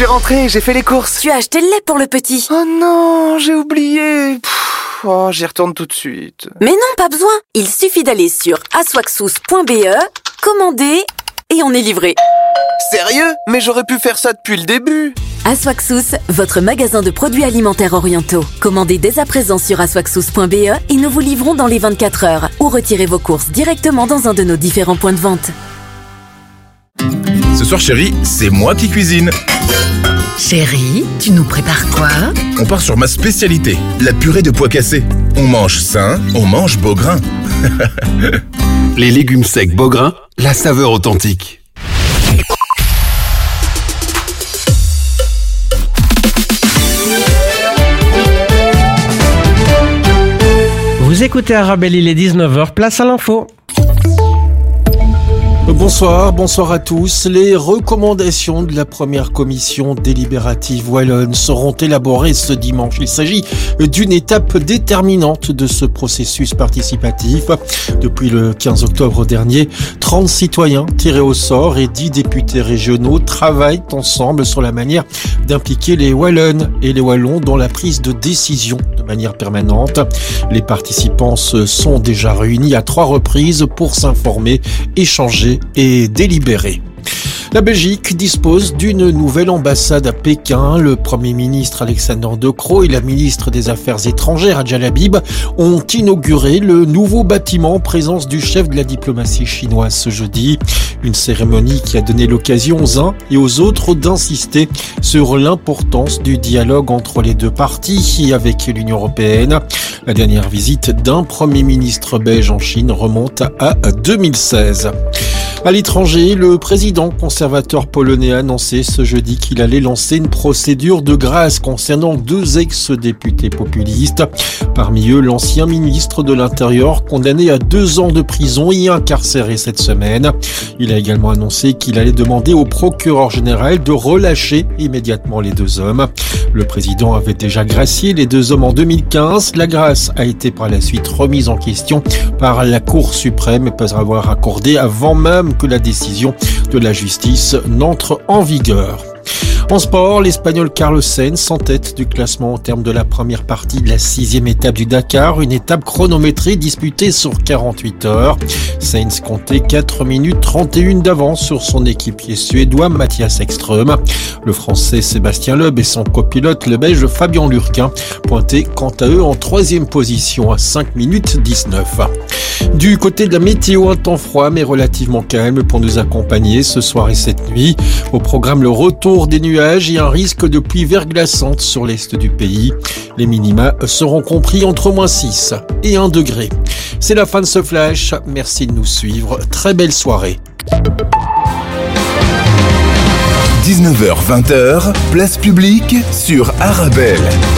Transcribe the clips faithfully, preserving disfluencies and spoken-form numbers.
suis rentré, j'ai fait les courses. Tu as acheté le lait pour le petit. Oh non, j'ai oublié. Pff, oh, j'y retourne tout de suite. Mais non, pas besoin. Il suffit d'aller sur aswaxous point b e, commander et on est livré. Sérieux? Mais j'aurais pu faire ça depuis le début. Aswaxous, votre magasin de produits alimentaires orientaux. Commandez dès à présent sur aswaxous point b e et nous vous livrons dans les vingt-quatre heures. Ou retirez vos courses directement dans un de nos différents points de vente. Ce soir, chérie, c'est moi qui cuisine. Chérie, tu nous prépares quoi? On part sur ma spécialité, la purée de pois cassés. On mange sain, on mange Beaugrain. Les légumes secs Beaugrain, la saveur authentique. Vous écoutez Arabelle, il est dix-neuf heures, place à l'info. Bonsoir, bonsoir à tous. Les recommandations de la première commission délibérative wallonne seront élaborées ce dimanche. Il s'agit d'une étape déterminante de ce processus participatif. Depuis le quinze octobre dernier, trente citoyens tirés au sort et dix députés régionaux travaillent ensemble sur la manière d'impliquer les Wallonnes et les Wallons dans la prise de décision de manière permanente. Les participants se sont déjà réunis à trois reprises pour s'informer, échanger et délibérer. La Belgique dispose d'une nouvelle ambassade à Pékin. Le Premier ministre Alexander De Croo et la ministre des Affaires étrangères Adja Habib ont inauguré le nouveau bâtiment en présence du chef de la diplomatie chinoise ce jeudi. Une cérémonie qui a donné l'occasion aux uns et aux autres d'insister sur l'importance du dialogue entre les deux parties et avec l'Union européenne. La dernière visite d'un Premier ministre belge en Chine remonte à deux mille seize. À l'étranger, le président conservateur polonais a annoncé ce jeudi qu'il allait lancer une procédure de grâce concernant deux ex-députés populistes. Parmi eux, l'ancien ministre de l'Intérieur, condamné à deux ans de prison et incarcéré cette semaine. Il a également annoncé qu'il allait demander au procureur général de relâcher immédiatement les deux hommes. Le président avait déjà gracié les deux hommes en deux mille quinze. La grâce a été par la suite remise en question par la Cour suprême et peut avoir accordé avant même que la décision de la justice n'entre en vigueur. En sport, l'Espagnol Carlos Sainz en tête du classement au terme de la première partie de la sixième étape du Dakar, une étape chronométrée disputée sur quarante-huit heures. Sainz comptait quatre minutes trente et une d'avance sur son équipier suédois Mathias Ekström. Le Français Sébastien Loeb et son copilote le Belge Fabien Lurquin pointaient quant à eux en troisième position à cinq minutes dix-neuf. Du côté de la météo, un temps froid mais relativement calme pour nous accompagner ce soir et cette nuit. Au programme, le retour des nuages et un risque de pluie verglaçante sur l'est du pays. Les minima seront compris entre moins six et un degré. C'est la fin de ce flash. Merci de nous suivre. Très belle soirée. dix-neuf heures vingt, place publique sur Arabelle.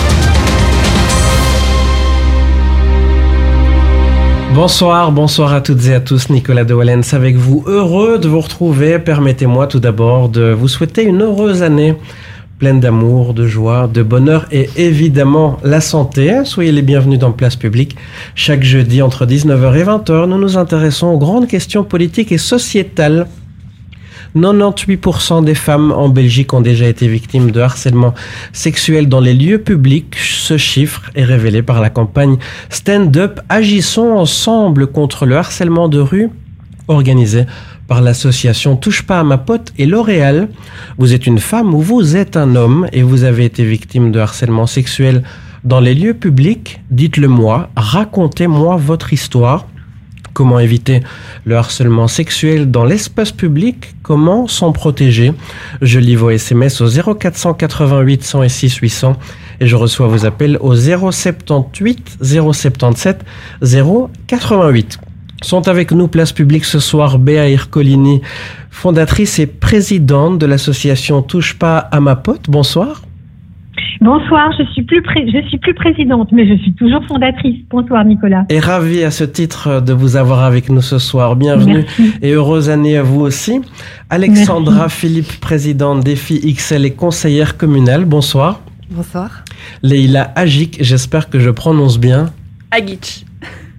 Bonsoir, bonsoir à toutes et à tous, Nicolas de Wallens avec vous, heureux de vous retrouver. Permettez-moi tout d'abord de vous souhaiter une heureuse année, pleine d'amour, de joie, de bonheur et évidemment la santé. Soyez les bienvenus dans Place Publique. Chaque jeudi entre dix-neuf heures et vingt heures, nous nous intéressons aux grandes questions politiques et sociétales. quatre-vingt-dix-huit pour cent des femmes en Belgique ont déjà été victimes de harcèlement sexuel dans les lieux publics. Ce chiffre est révélé par la campagne Stand Up Agissons ensemble contre le harcèlement de rue, organisée par l'association Touche pas à ma pote et L'Oréal. Vous êtes une femme ou vous êtes un homme et vous avez été victime de harcèlement sexuel dans les lieux publics. Dites-le moi, racontez-moi votre histoire. Comment éviter le harcèlement sexuel dans l'espace public? Comment s'en protéger? Je lis vos S M S au zéro quatre cent quatre-vingt-huit cent six huit cents et je reçois vos appels au zéro soixante-dix-huit zéro soixante-dix-sept zéro quatre-vingt-huit. Sont avec nous, Place Publique, ce soir, Béa Ircolini, fondatrice et présidente de l'association Touche pas à ma pote. Bonsoir. Bonsoir, je suis plus pré- je suis plus présidente, mais je suis toujours fondatrice. Bonsoir Nicolas. Et ravi à ce titre de vous avoir avec nous ce soir. Bienvenue. Merci. Et heureuse année à vous aussi. Alexandra Merci. Philippe, présidente Défi X L et conseillère communale. Bonsoir. Bonsoir. Leïla Agic, j'espère que je prononce bien. Agic.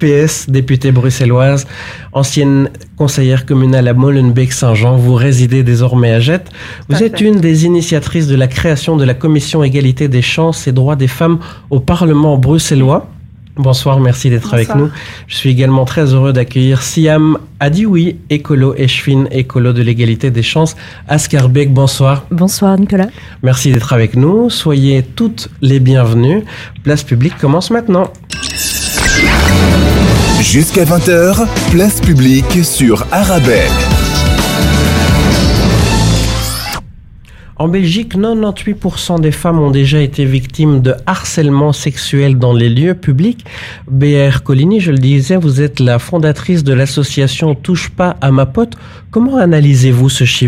P S, députée bruxelloise, ancienne conseillère communale à Molenbeek-Saint-Jean. Vous résidez désormais à Jette. Vous Parfait. êtes une des initiatrices de la création de la Commission Égalité des chances et droits des femmes au Parlement bruxellois. Bonsoir, merci d'être Bonsoir. avec nous. Je suis également très heureux d'accueillir Siam Adioui, écolo Echfin, écolo de l'égalité des chances à Schaerbeek. Bonsoir. Bonsoir Nicolas. Merci d'être avec nous. Soyez toutes les bienvenues. Place publique commence maintenant. Jusqu'à vingt heures, place publique sur Arabelle. En Belgique, quatre-vingt-dix-huit pour cent des femmes ont déjà été victimes de harcèlement sexuel dans les lieux publics. B R Coligny, je le disais, vous êtes la fondatrice de l'association Touche pas à ma pote. Comment analysez-vous ce chiffre ?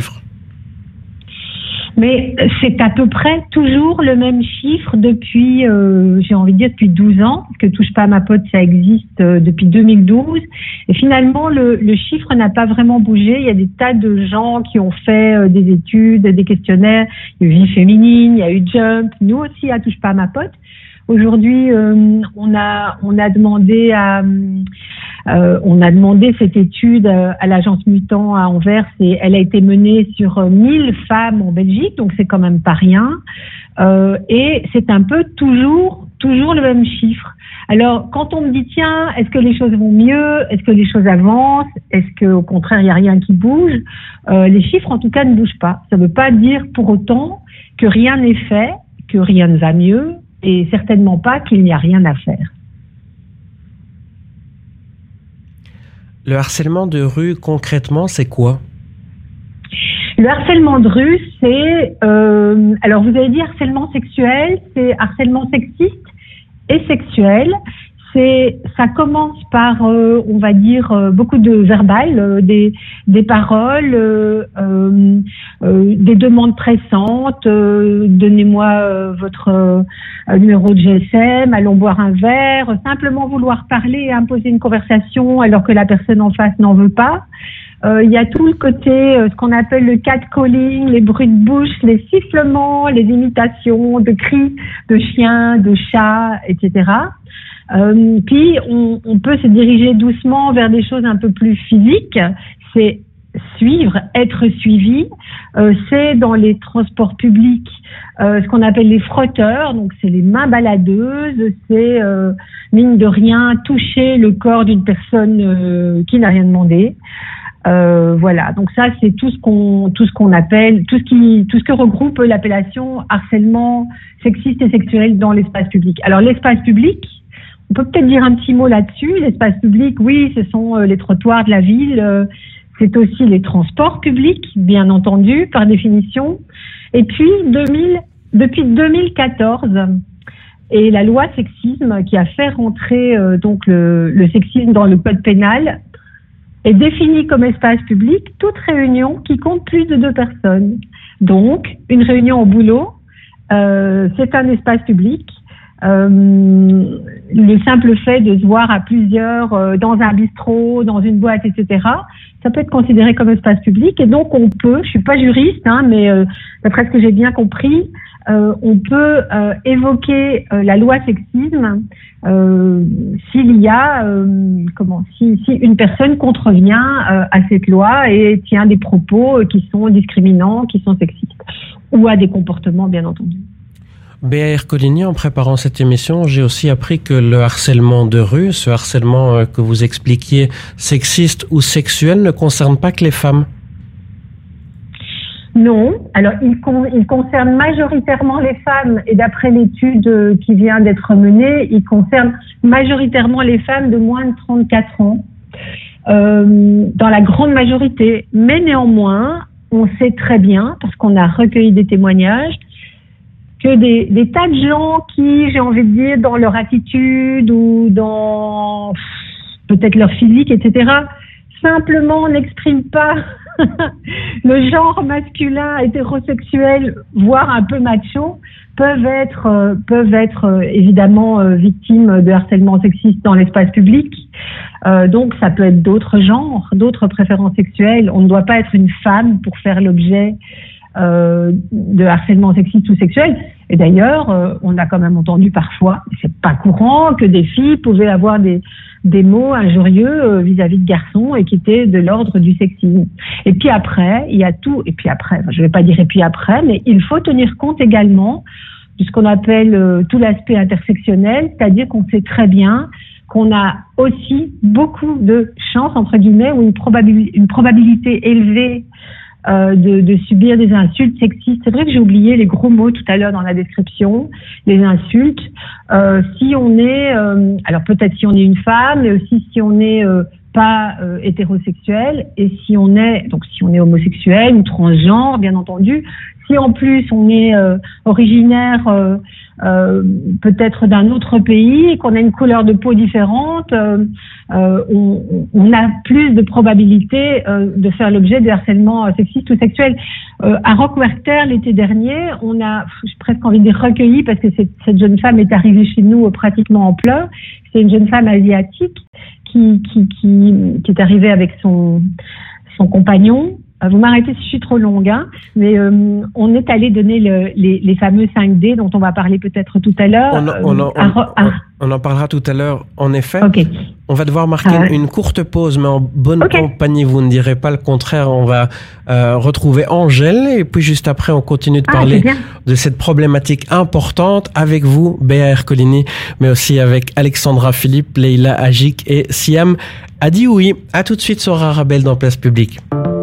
Mais c'est à peu près toujours le même chiffre depuis, euh, j'ai envie de dire, depuis douze ans, parce que Touche pas à ma pote, ça existe euh, depuis deux mille douze. Et finalement, le, le chiffre n'a pas vraiment bougé. Il y a des tas de gens qui ont fait euh, des études, des questionnaires. Il y a eu Vie féminine, il y a eu Jump, nous aussi à Touche pas à ma pote. Aujourd'hui, euh, on a on a demandé à euh, on a demandé cette étude à l'agence Mutant à Anvers et elle a été menée sur mille femmes en Belgique, donc c'est quand même pas rien. Euh, et c'est un peu toujours toujours le même chiffre. Alors quand on me dit tiens, est-ce que les choses vont mieux, est-ce que les choses avancent, est-ce que au contraire il y a rien qui bouge, euh, les chiffres en tout cas ne bougent pas. Ça ne veut pas dire pour autant que rien n'est fait, que rien ne va mieux. Et certainement pas qu'il n'y a rien à faire. Le harcèlement de rue, concrètement, c'est quoi ? Le harcèlement de rue, c'est... Euh, alors, vous avez dit harcèlement sexuel, c'est harcèlement sexiste et sexuel. C'est, ça commence par, euh, on va dire, euh, beaucoup de verbal, euh, des, des paroles, euh, euh, euh, des demandes pressantes, euh, donnez-moi euh, votre euh, numéro de G S M, allons boire un verre, simplement vouloir parler et imposer une conversation alors que la personne en face n'en veut pas. Euh, il y a tout le côté, euh, ce qu'on appelle le catcalling, les bruits de bouche, les sifflements, les imitations de cris de chiens, de chats, et cetera. Euh, puis on, on peut se diriger doucement vers des choses un peu plus physiques. C'est suivre, être suivi. Euh, c'est dans les transports publics euh, ce qu'on appelle les frotteurs. Donc c'est les mains baladeuses. C'est euh, mine de rien toucher le corps d'une personne euh, qui n'a rien demandé. Euh, voilà. Donc ça c'est tout ce qu'on tout ce qu'on appelle tout ce qui tout ce que regroupe l'appellation harcèlement sexiste et sexuel dans l'espace public. Alors l'espace public, on peut peut-être dire un petit mot là-dessus. L'espace public, oui, ce sont euh, les trottoirs de la ville, euh, c'est aussi les transports publics, bien entendu, par définition. Et puis, deux mille, depuis deux mille quatorze, et la loi sexisme qui a fait rentrer euh, donc le, le sexisme dans le code pénal est définie comme espace public toute réunion qui compte plus de deux personnes. Donc, une réunion au boulot, euh, c'est un espace public. Euh, le simple fait de se voir à plusieurs euh, dans un bistrot, dans une boîte, et cetera, ça peut être considéré comme espace public et donc on peut, je suis pas juriste, hein, mais euh, d'après ce que j'ai bien compris, euh, on peut euh, évoquer euh, la loi sexisme euh, s'il y a, euh, comment, si, si une personne contrevient euh, à cette loi et tient des propos euh, qui sont discriminants, qui sont sexistes, ou à des comportements, bien entendu. B R Coligny, en préparant cette émission, j'ai aussi appris que le harcèlement de rue, ce harcèlement que vous expliquiez sexiste ou sexuel, ne concerne pas que les femmes. Non. Alors, il, con, il concerne majoritairement les femmes et d'après l'étude qui vient d'être menée, il concerne majoritairement les femmes de moins de trente-quatre ans, euh, dans la grande majorité. Mais néanmoins, on sait très bien, parce qu'on a recueilli des témoignages, que des, des tas de gens qui, j'ai envie de dire, dans leur attitude ou dans peut-être leur physique, et cetera, simplement n'expriment pas le genre masculin hétérosexuel, voire un peu macho, peuvent être, euh, peuvent être euh, évidemment euh, victimes de harcèlement sexiste dans l'espace public. Euh, donc ça peut être d'autres genres, d'autres préférences sexuelles. On ne doit pas être une femme pour faire l'objet euh, de harcèlement sexiste ou sexuel. Et d'ailleurs, euh, on a quand même entendu parfois, c'est pas courant, que des filles pouvaient avoir des, des mots injurieux euh, vis-à-vis de garçons et qui étaient de l'ordre du sexisme. Et puis après, il y a tout, et puis après, enfin, je vais pas dire et puis après, mais il faut tenir compte également de ce qu'on appelle euh, tout l'aspect intersectionnel, c'est-à-dire qu'on sait très bien qu'on a aussi beaucoup de chances, entre guillemets, ou une, probabili- une probabilité élevée euh, de, de subir des insultes sexistes. C'est vrai que j'ai oublié les gros mots tout à l'heure dans la description, les insultes. Euh, si on est, euh, alors peut-être si on est une femme, mais aussi si on est euh, pas euh, hétérosexuel, et si on est, donc si on est homosexuel ou transgenre, bien entendu. Si en plus on est euh, originaire euh, euh, peut-être d'un autre pays et qu'on a une couleur de peau différente, euh, euh, on, on a plus de probabilité euh, de faire l'objet de harcèlement sexiste ou sexuel. Euh, à Rockwerchter, l'été dernier, on a, j'ai presque envie de dire recueilli, parce que cette, cette jeune femme est arrivée chez nous pratiquement en pleurs. C'est une jeune femme asiatique qui, qui, qui, qui est arrivée avec son, son compagnon. Vous m'arrêtez si je suis trop longue, hein, mais euh, on est allé donner le, les, les fameux cinq D dont on va parler peut-être tout à l'heure. On, on, on, à, à... on, on en parlera tout à l'heure, en effet. Okay. On va devoir marquer ah ouais. une, une courte pause, mais en bonne okay. compagnie, vous ne direz pas le contraire. On va euh, retrouver Angèle, et puis juste après, on continue de parler ah, de cette problématique importante avec vous, Béa Ercolini, mais aussi avec Alexandra Philippe, Leïla Agik et Siam Adioui. À tout de suite sur Arabelle dans Place Publique.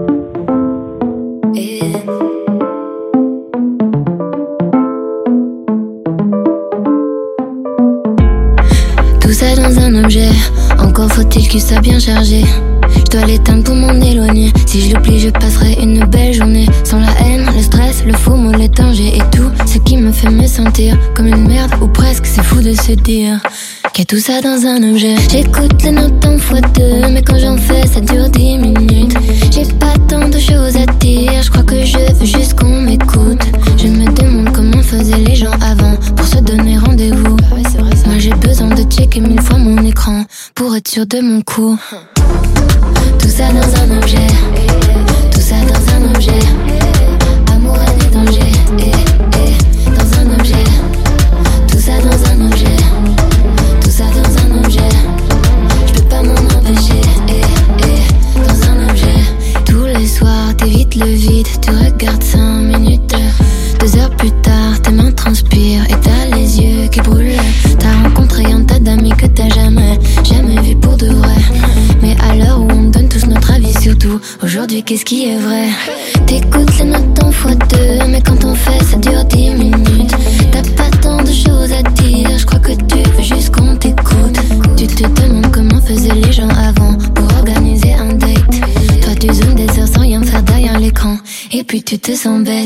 Tout ça dans un objet, encore faut-il qu'il soit bien chargé. Je dois l'éteindre pour m'en éloigner. Si je l'oublie, je passerai une belle journée. Sans la haine, le stress, le faux mot, les dangers et tout ce qui me fait me sentir comme une merde, ou presque. C'est fou de se dire qu'il y a tout ça dans un objet. J'écoute les notes en fois deux, mais quand j'en fais, ça dure dix minutes. J'ai pas tant de choses à dire, je crois que je veux juste qu'on m'écoute. Je me demande comment faisaient les gens avant pour se donner rendez-vous. Ah ouais, c'est vrai, ça. Moi j'ai besoin de checker mille fois mon écran pour être sûr de mon coup. Tout ça dans un objet, tout ça dans un objet. Amour, haine et danger, eh, eh, dans un objet. Tout ça dans un objet, tout ça dans un objet. Je peux pas m'en empêcher, eh, eh, dans un objet. Tous les soirs, t'évites le vide, tu regardes cinq minutes. Deux heures plus tard, tes mains transpirent et t'as les yeux qui brûlent. T'as rencontré un tas d'amis que t'as jamais, jamais vu pour de vrai. Mais à l'heure où on donne tous notre avis sur tout, aujourd'hui qu'est-ce qui est vrai? T'écoutes les notes en fois deux, mais quand on fait ça dure dix minutes. T'as pas tant de choses à dire, je crois que tu veux juste qu'on t'écoute. Tu te demandes comment faisaient les gens avant pour organiser un date. Toi tu zoomes des heures sans rien faire derrière l'écran, et puis tu te sens bête.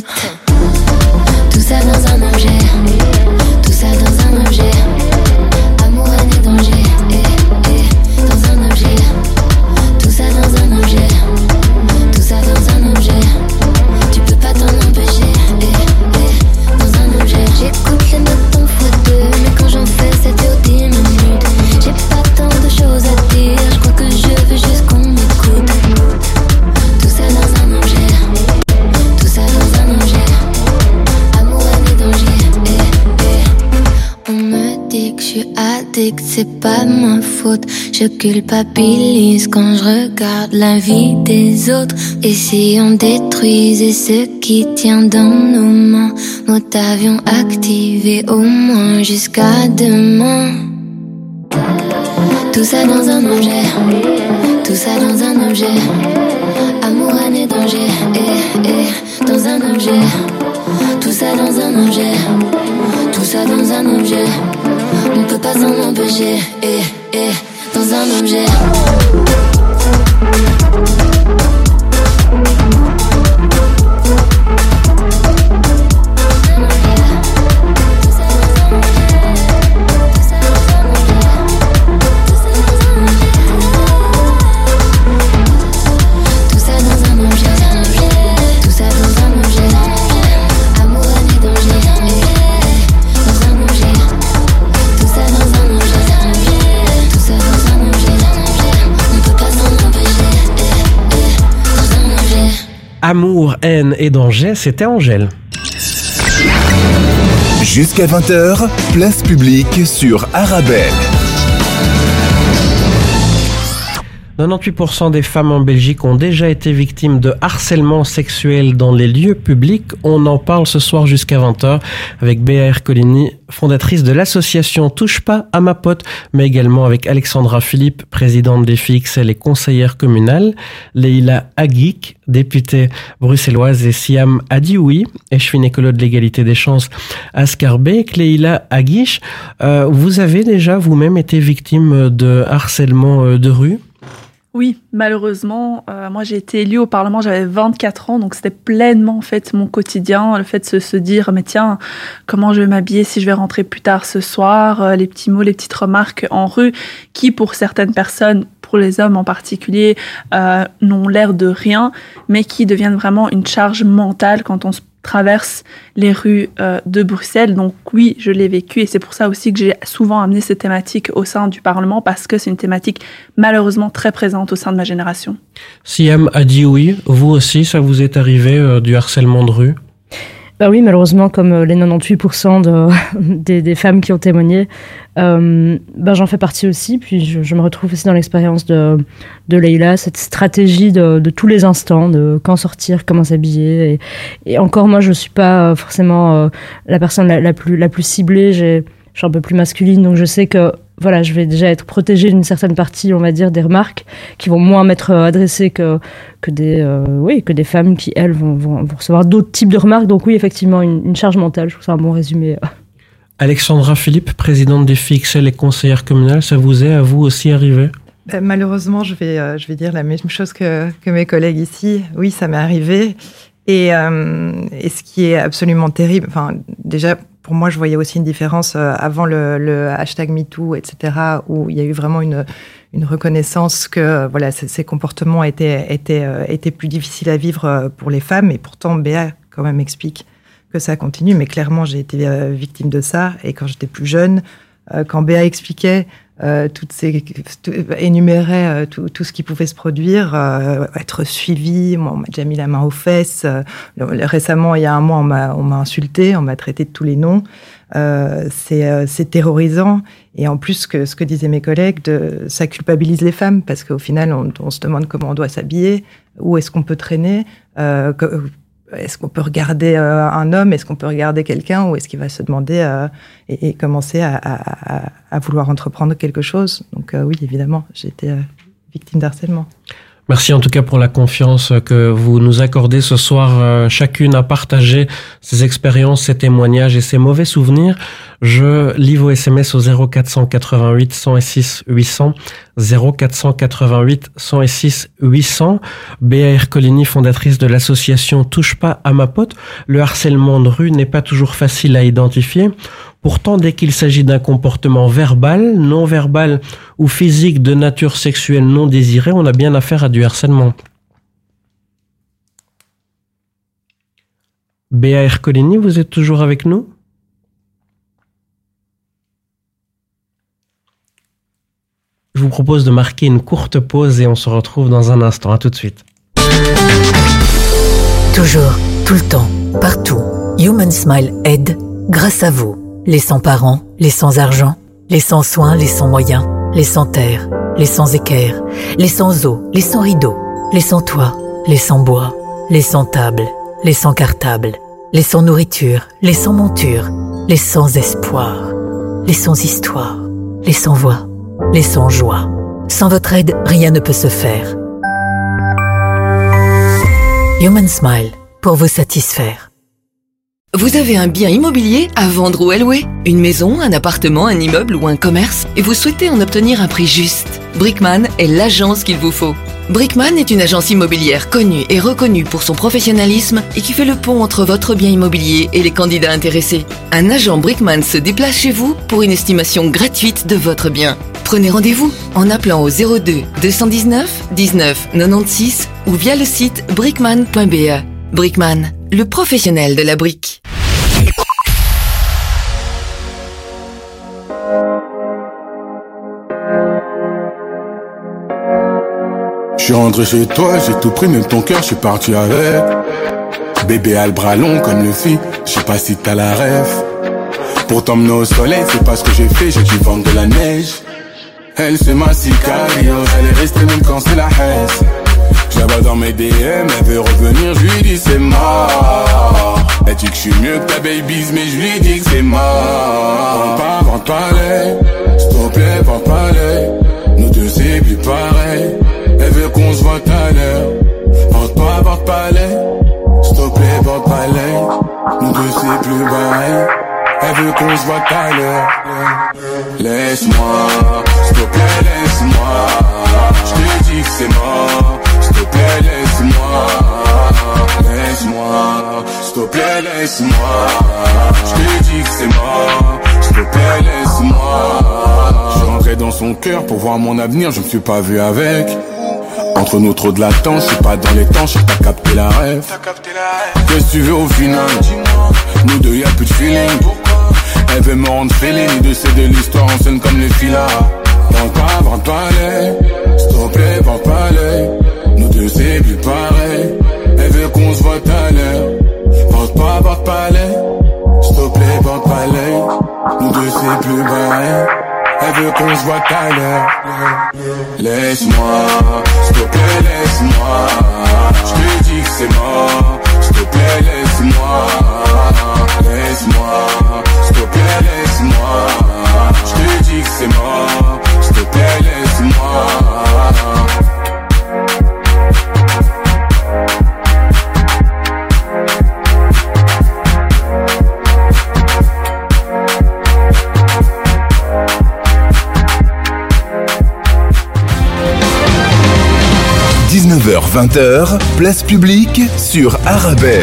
Tout ça dans un objet, tout ça dans un objet. Amour, haine et danger, eh, eh, dans un objet. Tout ça dans un objet, tout ça dans un objet. Tu peux pas t'en empêcher, eh, eh, dans un objet. J'écoute les notes en fois deux, mais quand j'en fais ça dure dix minutes. J'ai pas tant de choses à dire, je crois que je veux juste qu'on m'écoute. Tout ça dans un objet, tout ça dans un objet. On me dit que je suis addict, c'est pas ma faute. Je culpabilise quand je regarde la vie des autres. Et si on détruisait ce qui tient dans nos mains, mode avion activé au moins jusqu'à demain. Tout ça dans un objet, tout ça dans un objet. Amour, haine et danger, eh, eh, dans un objet. Tout ça dans un objet, tout ça dans un objet. On peut pas s'en empêcher, eh, eh, dans un objet. Amour, haine et danger, c'était Angèle. Jusqu'à vingt heures, place publique sur Arabelle. quatre-vingt-dix-huit pour cent des femmes en Belgique ont déjà été victimes de harcèlement sexuel dans les lieux publics. On en parle ce soir jusqu'à vingt heures avec Béa Ercolini, fondatrice de l'association Touche pas à ma pote, mais également avec Alexandra Philippe, présidente des filles X L et conseillère communale, Leïla Aguik, députée bruxelloise, et Siam Adioui, échevine écolo de l'égalité des chances à Scarbeck. Leïla Aguiche, euh, vous avez déjà vous-même été victime de harcèlement de rue ? Oui, malheureusement, euh, moi j'ai été élue au Parlement, j'avais vingt-quatre ans, donc c'était pleinement en fait mon quotidien, le fait de se, se dire mais tiens, comment je vais m'habiller si je vais rentrer plus tard ce soir, euh, les petits mots, les petites remarques en rue, qui pour certaines personnes, pour les hommes en particulier, euh, n'ont l'air de rien, mais qui deviennent vraiment une charge mentale quand on se traverse les rues euh, de Bruxelles. Donc oui, je l'ai vécu et c'est pour ça aussi que j'ai souvent amené cette thématique au sein du Parlement, parce que c'est une thématique malheureusement très présente au sein de ma génération. Siam a dit oui, vous aussi, ça vous est arrivé euh, du harcèlement de rue ? Bah oui, malheureusement, comme les quatre-vingt-dix-huit pour cent de, des, des femmes qui ont témoigné, euh, bah j'en fais partie aussi. Puis je, je me retrouve aussi dans l'expérience de, de Leïla, cette stratégie de, de tous les instants, de quand sortir, comment s'habiller. Et, et encore, moi, je suis pas forcément euh, la personne la, la plus la plus ciblée. J'ai, je suis un peu plus masculine, donc je sais que voilà, je vais déjà être protégée d'une certaine partie, on va dire, des remarques qui vont moins m'être adressées que que des euh, oui que des femmes qui elles vont, vont, vont recevoir d'autres types de remarques. Donc oui, effectivement, une, une charge mentale. Je trouve ça un bon résumé. Alexandra Philippe, présidente des filles X L et conseillère communale, ça vous est à vous aussi arrivé ? Ben, malheureusement, je vais euh, je vais dire la même chose que que mes collègues ici. Oui, ça m'est arrivé. Et euh, et ce qui est absolument terrible, enfin déjà. Pour moi, je voyais aussi une différence euh, avant le, le hashtag MeToo, et cetera, où il y a eu vraiment une, une reconnaissance que euh, voilà, ces, ces comportements étaient, étaient, euh, étaient plus difficiles à vivre euh, pour les femmes. Et pourtant, Béa, quand même, explique que ça continue. Mais clairement, j'ai été euh, victime de ça. Et quand j'étais plus jeune, euh, quand Béa expliquait, euh, toutes ces, tout, énumérait euh, tout, tout ce qui pouvait se produire, euh, être suivi, moi, on m'a déjà mis la main aux fesses. Euh, récemment, il y a un mois, on m'a, on m'a insulté, on m'a traité de tous les noms. Euh, c'est, euh, c'est terrorisant. Et en plus, que, ce que disaient mes collègues, de, ça culpabilise les femmes, parce qu'au final, on, on se demande comment on doit s'habiller, où est-ce qu'on peut traîner, euh, que, est-ce qu'on peut regarder euh, un homme, est-ce qu'on peut regarder quelqu'un, ou est-ce qu'il va se demander euh, et, et commencer à, à, à vouloir entreprendre quelque chose. Donc euh, oui, évidemment, j'ai été euh, victime d'harcèlement. Merci en tout cas pour la confiance que vous nous accordez ce soir, euh, chacune à partager ses expériences, ses témoignages et ses mauvais souvenirs. Je lis vos S M S au zéro quatre cent quatre-vingt-huit cent six huit cents, zéro quatre cent quatre-vingt-huit cent six huit cents. Béa Ercolini, fondatrice de l'association Touche pas à ma pote. Le harcèlement de rue n'est pas toujours facile à identifier. Pourtant, dès qu'il s'agit d'un comportement verbal, non verbal ou physique de nature sexuelle non désirée, on a bien affaire à du harcèlement. Béa Ercolini, vous êtes toujours avec nous ? Je vous propose de marquer une courte pause et on se retrouve dans un instant. À tout de suite. Toujours, tout le temps, partout. Human Smile aide grâce à vous. Les sans-parents, les sans-argent, les sans-soins, les sans-moyens, les sans-terre, les sans-équerre, les sans-eau, les sans-rideaux, les sans-toit, les sans-bois, les sans-table, les sans-cartable, les sans-nourriture, les sans-monture, les sans-espoir, les sans-histoire, les sans-voix, les sans-joie. Sans votre aide, rien ne peut se faire. Human Smile, pour vous satisfaire. Vous avez un bien immobilier à vendre ou à louer? Une maison, un appartement, un immeuble ou un commerce? Et vous souhaitez en obtenir un prix juste? Brickman est l'agence qu'il vous faut. Brickman est une agence immobilière connue et reconnue pour son professionnalisme et qui fait le pont entre votre bien immobilier et les candidats intéressés. Un agent Brickman se déplace chez vous pour une estimation gratuite de votre bien. Prenez rendez-vous en appelant au zéro deux deux cent dix-neuf dix-neuf quatre-vingt-seize ou via le site brickman point b e. Brickman, le professionnel de la brique. suis rentré chez toi, j'ai tout pris, même ton cœur, je suis parti avec. Bébé a le bras long comme le fit, je sais pas si t'as la rêve. Pour t'emmener au soleil, c'est pas ce que j'ai fait, j'ai dû vendre de la neige. Elle c'est ma sicario, elle est restée même quand c'est la haisse. Je la vois dans mes D M, elle veut revenir, je lui dis c'est mort. Elle dit que je suis mieux que ta babies, mais je lui dis que c'est mort. Vends pas, vends pas les, s'il te plaît, vends pas les. Nous deux c'est plus pareil, elle veut qu'on se voit tout à l'heure. Vends pas, vends pas les, s'il te plaît, vends pas les. Nous deux c'est plus pareil, elle veut qu'on se voit tout à l'heure. Laisse-moi, s'il te plaît, laisse-moi. Je te dis que c'est mort, s'il te plaît, laisse-moi. Laisse-moi, s'il te plaît, laisse-moi. Je te dis que c'est mort, s'il te plaît, laisse-moi. Je suis rentré dans son cœur pour voir mon avenir, je me suis pas vu avec. Entre nous trop de latence, je suis pas dans les temps, je sais pas capter la rêve. Qu'est-ce que tu veux au final? Nous deux y'a plus de feeling. Elle veut me rendre feeling, de c'est de l'histoire en scène comme les filas. Vends pas, vends pas les, s'il te plaît, vends pas les. Nous deux c'est plus pareil, elle veut qu'on se voit tout à l'heure. Vends pas, vends pas les, s'il te plaît, vends pas les. Nous deux c'est plus pareil, elle veut qu'on se voit tout à l'heure. Laisse-moi, s'il te plaît, laisse-moi. Je te dis que c'est mort, s'il te plaît, laisse-moi. Laisse-moi, s'il te plaît, laisse-moi. Je te dis que c'est mort, s'il te plaît, laisse-moi. dix-neuf heures vingt, place publique sur Arabelle.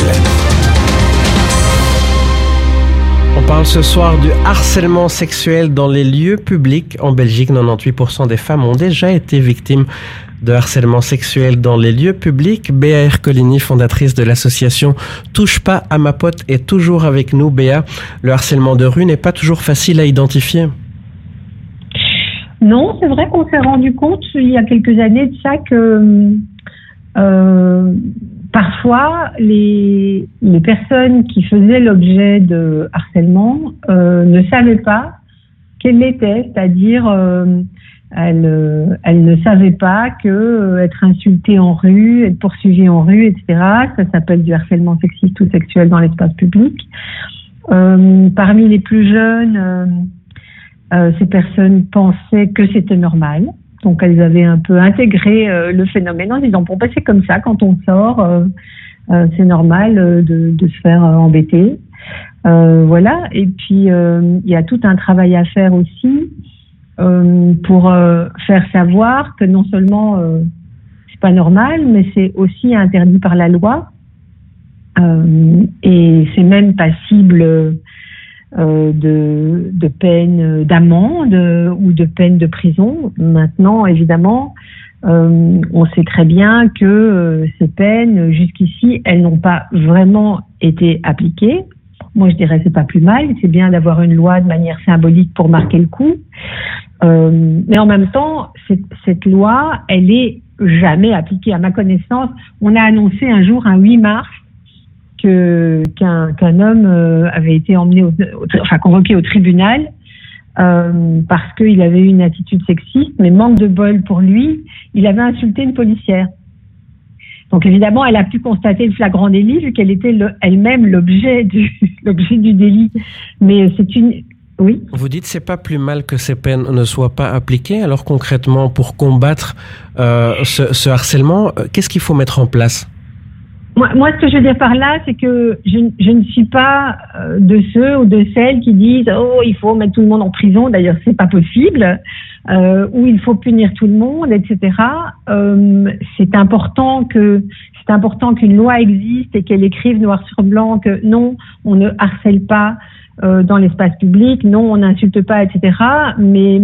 On parle ce soir du harcèlement sexuel dans les lieux publics. En Belgique, quatre-vingt-dix-huit pour cent des femmes ont déjà été victimes de harcèlement sexuel dans les lieux publics. Béa Ercolini, fondatrice de l'association Touche pas à ma pote, est toujours avec nous. Béa, le harcèlement de rue n'est pas toujours facile à identifier. Non, c'est vrai qu'on s'est rendu compte il y a quelques années de ça que euh, parfois les, les personnes qui faisaient l'objet de harcèlement euh, ne savaient pas quel était, c'est-à-dire euh, elles, elles ne savaient pas que euh, être insultée en rue, être poursuivie en rue, et cetera, ça s'appelle du harcèlement sexiste ou sexuel dans l'espace public. Euh, parmi les plus jeunes, euh, Euh, ces personnes pensaient que c'était normal, donc elles avaient un peu intégré euh, le phénomène en disant bon ben c'est comme ça quand on sort, euh, euh, c'est normal euh, de, de se faire euh, embêter, euh, voilà. Et puis euh, il y a tout un travail à faire aussi euh, pour euh, faire savoir que non seulement euh, c'est pas normal, mais c'est aussi interdit par la loi euh, et c'est même passible Euh, de, de peine d'amende ou de peine de prison. Maintenant, évidemment, euh, on sait très bien que euh, ces peines, jusqu'ici, elles n'ont pas vraiment été appliquées. Moi, je dirais que c'est pas plus mal. C'est bien d'avoir une loi de manière symbolique pour marquer le coup. Euh, mais en même temps, cette, cette loi, elle est jamais appliquée. À ma connaissance, on a annoncé un jour, un huit mars, Que, qu'un, qu'un homme euh, avait été emmené, au, au, enfin convoqué au tribunal euh, parce qu'il avait eu une attitude sexiste, mais manque de bol pour lui, il avait insulté une policière. Donc évidemment, elle a pu constater le flagrant délit vu qu'elle était le, elle-même l'objet du, l'objet du délit. Mais c'est une... Oui. Vous dites c'est pas plus mal que ces peines ne soient pas appliquées. Alors concrètement, pour combattre euh, ce, ce harcèlement, qu'est-ce qu'il faut mettre en place ? Moi, moi, ce que je veux dire par là, c'est que je, je ne suis pas euh, de ceux ou de celles qui disent « Oh, il faut mettre tout le monde en prison », d'ailleurs, c'est pas possible, euh, ou « il faut punir tout le monde », et cetera. Euh, c'est important que c'est important qu'une loi existe et qu'elle écrive noir sur blanc que non, on ne harcèle pas euh, dans l'espace public, non, on n'insulte pas, et cetera. Mais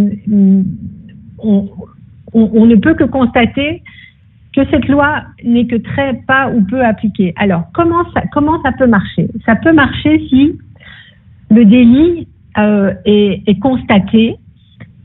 on, on, on ne peut que constater que cette loi n'est que très pas ou peu appliquée. Alors, comment ça, comment ça peut marcher ? Ça peut marcher si le délit euh, est, est constaté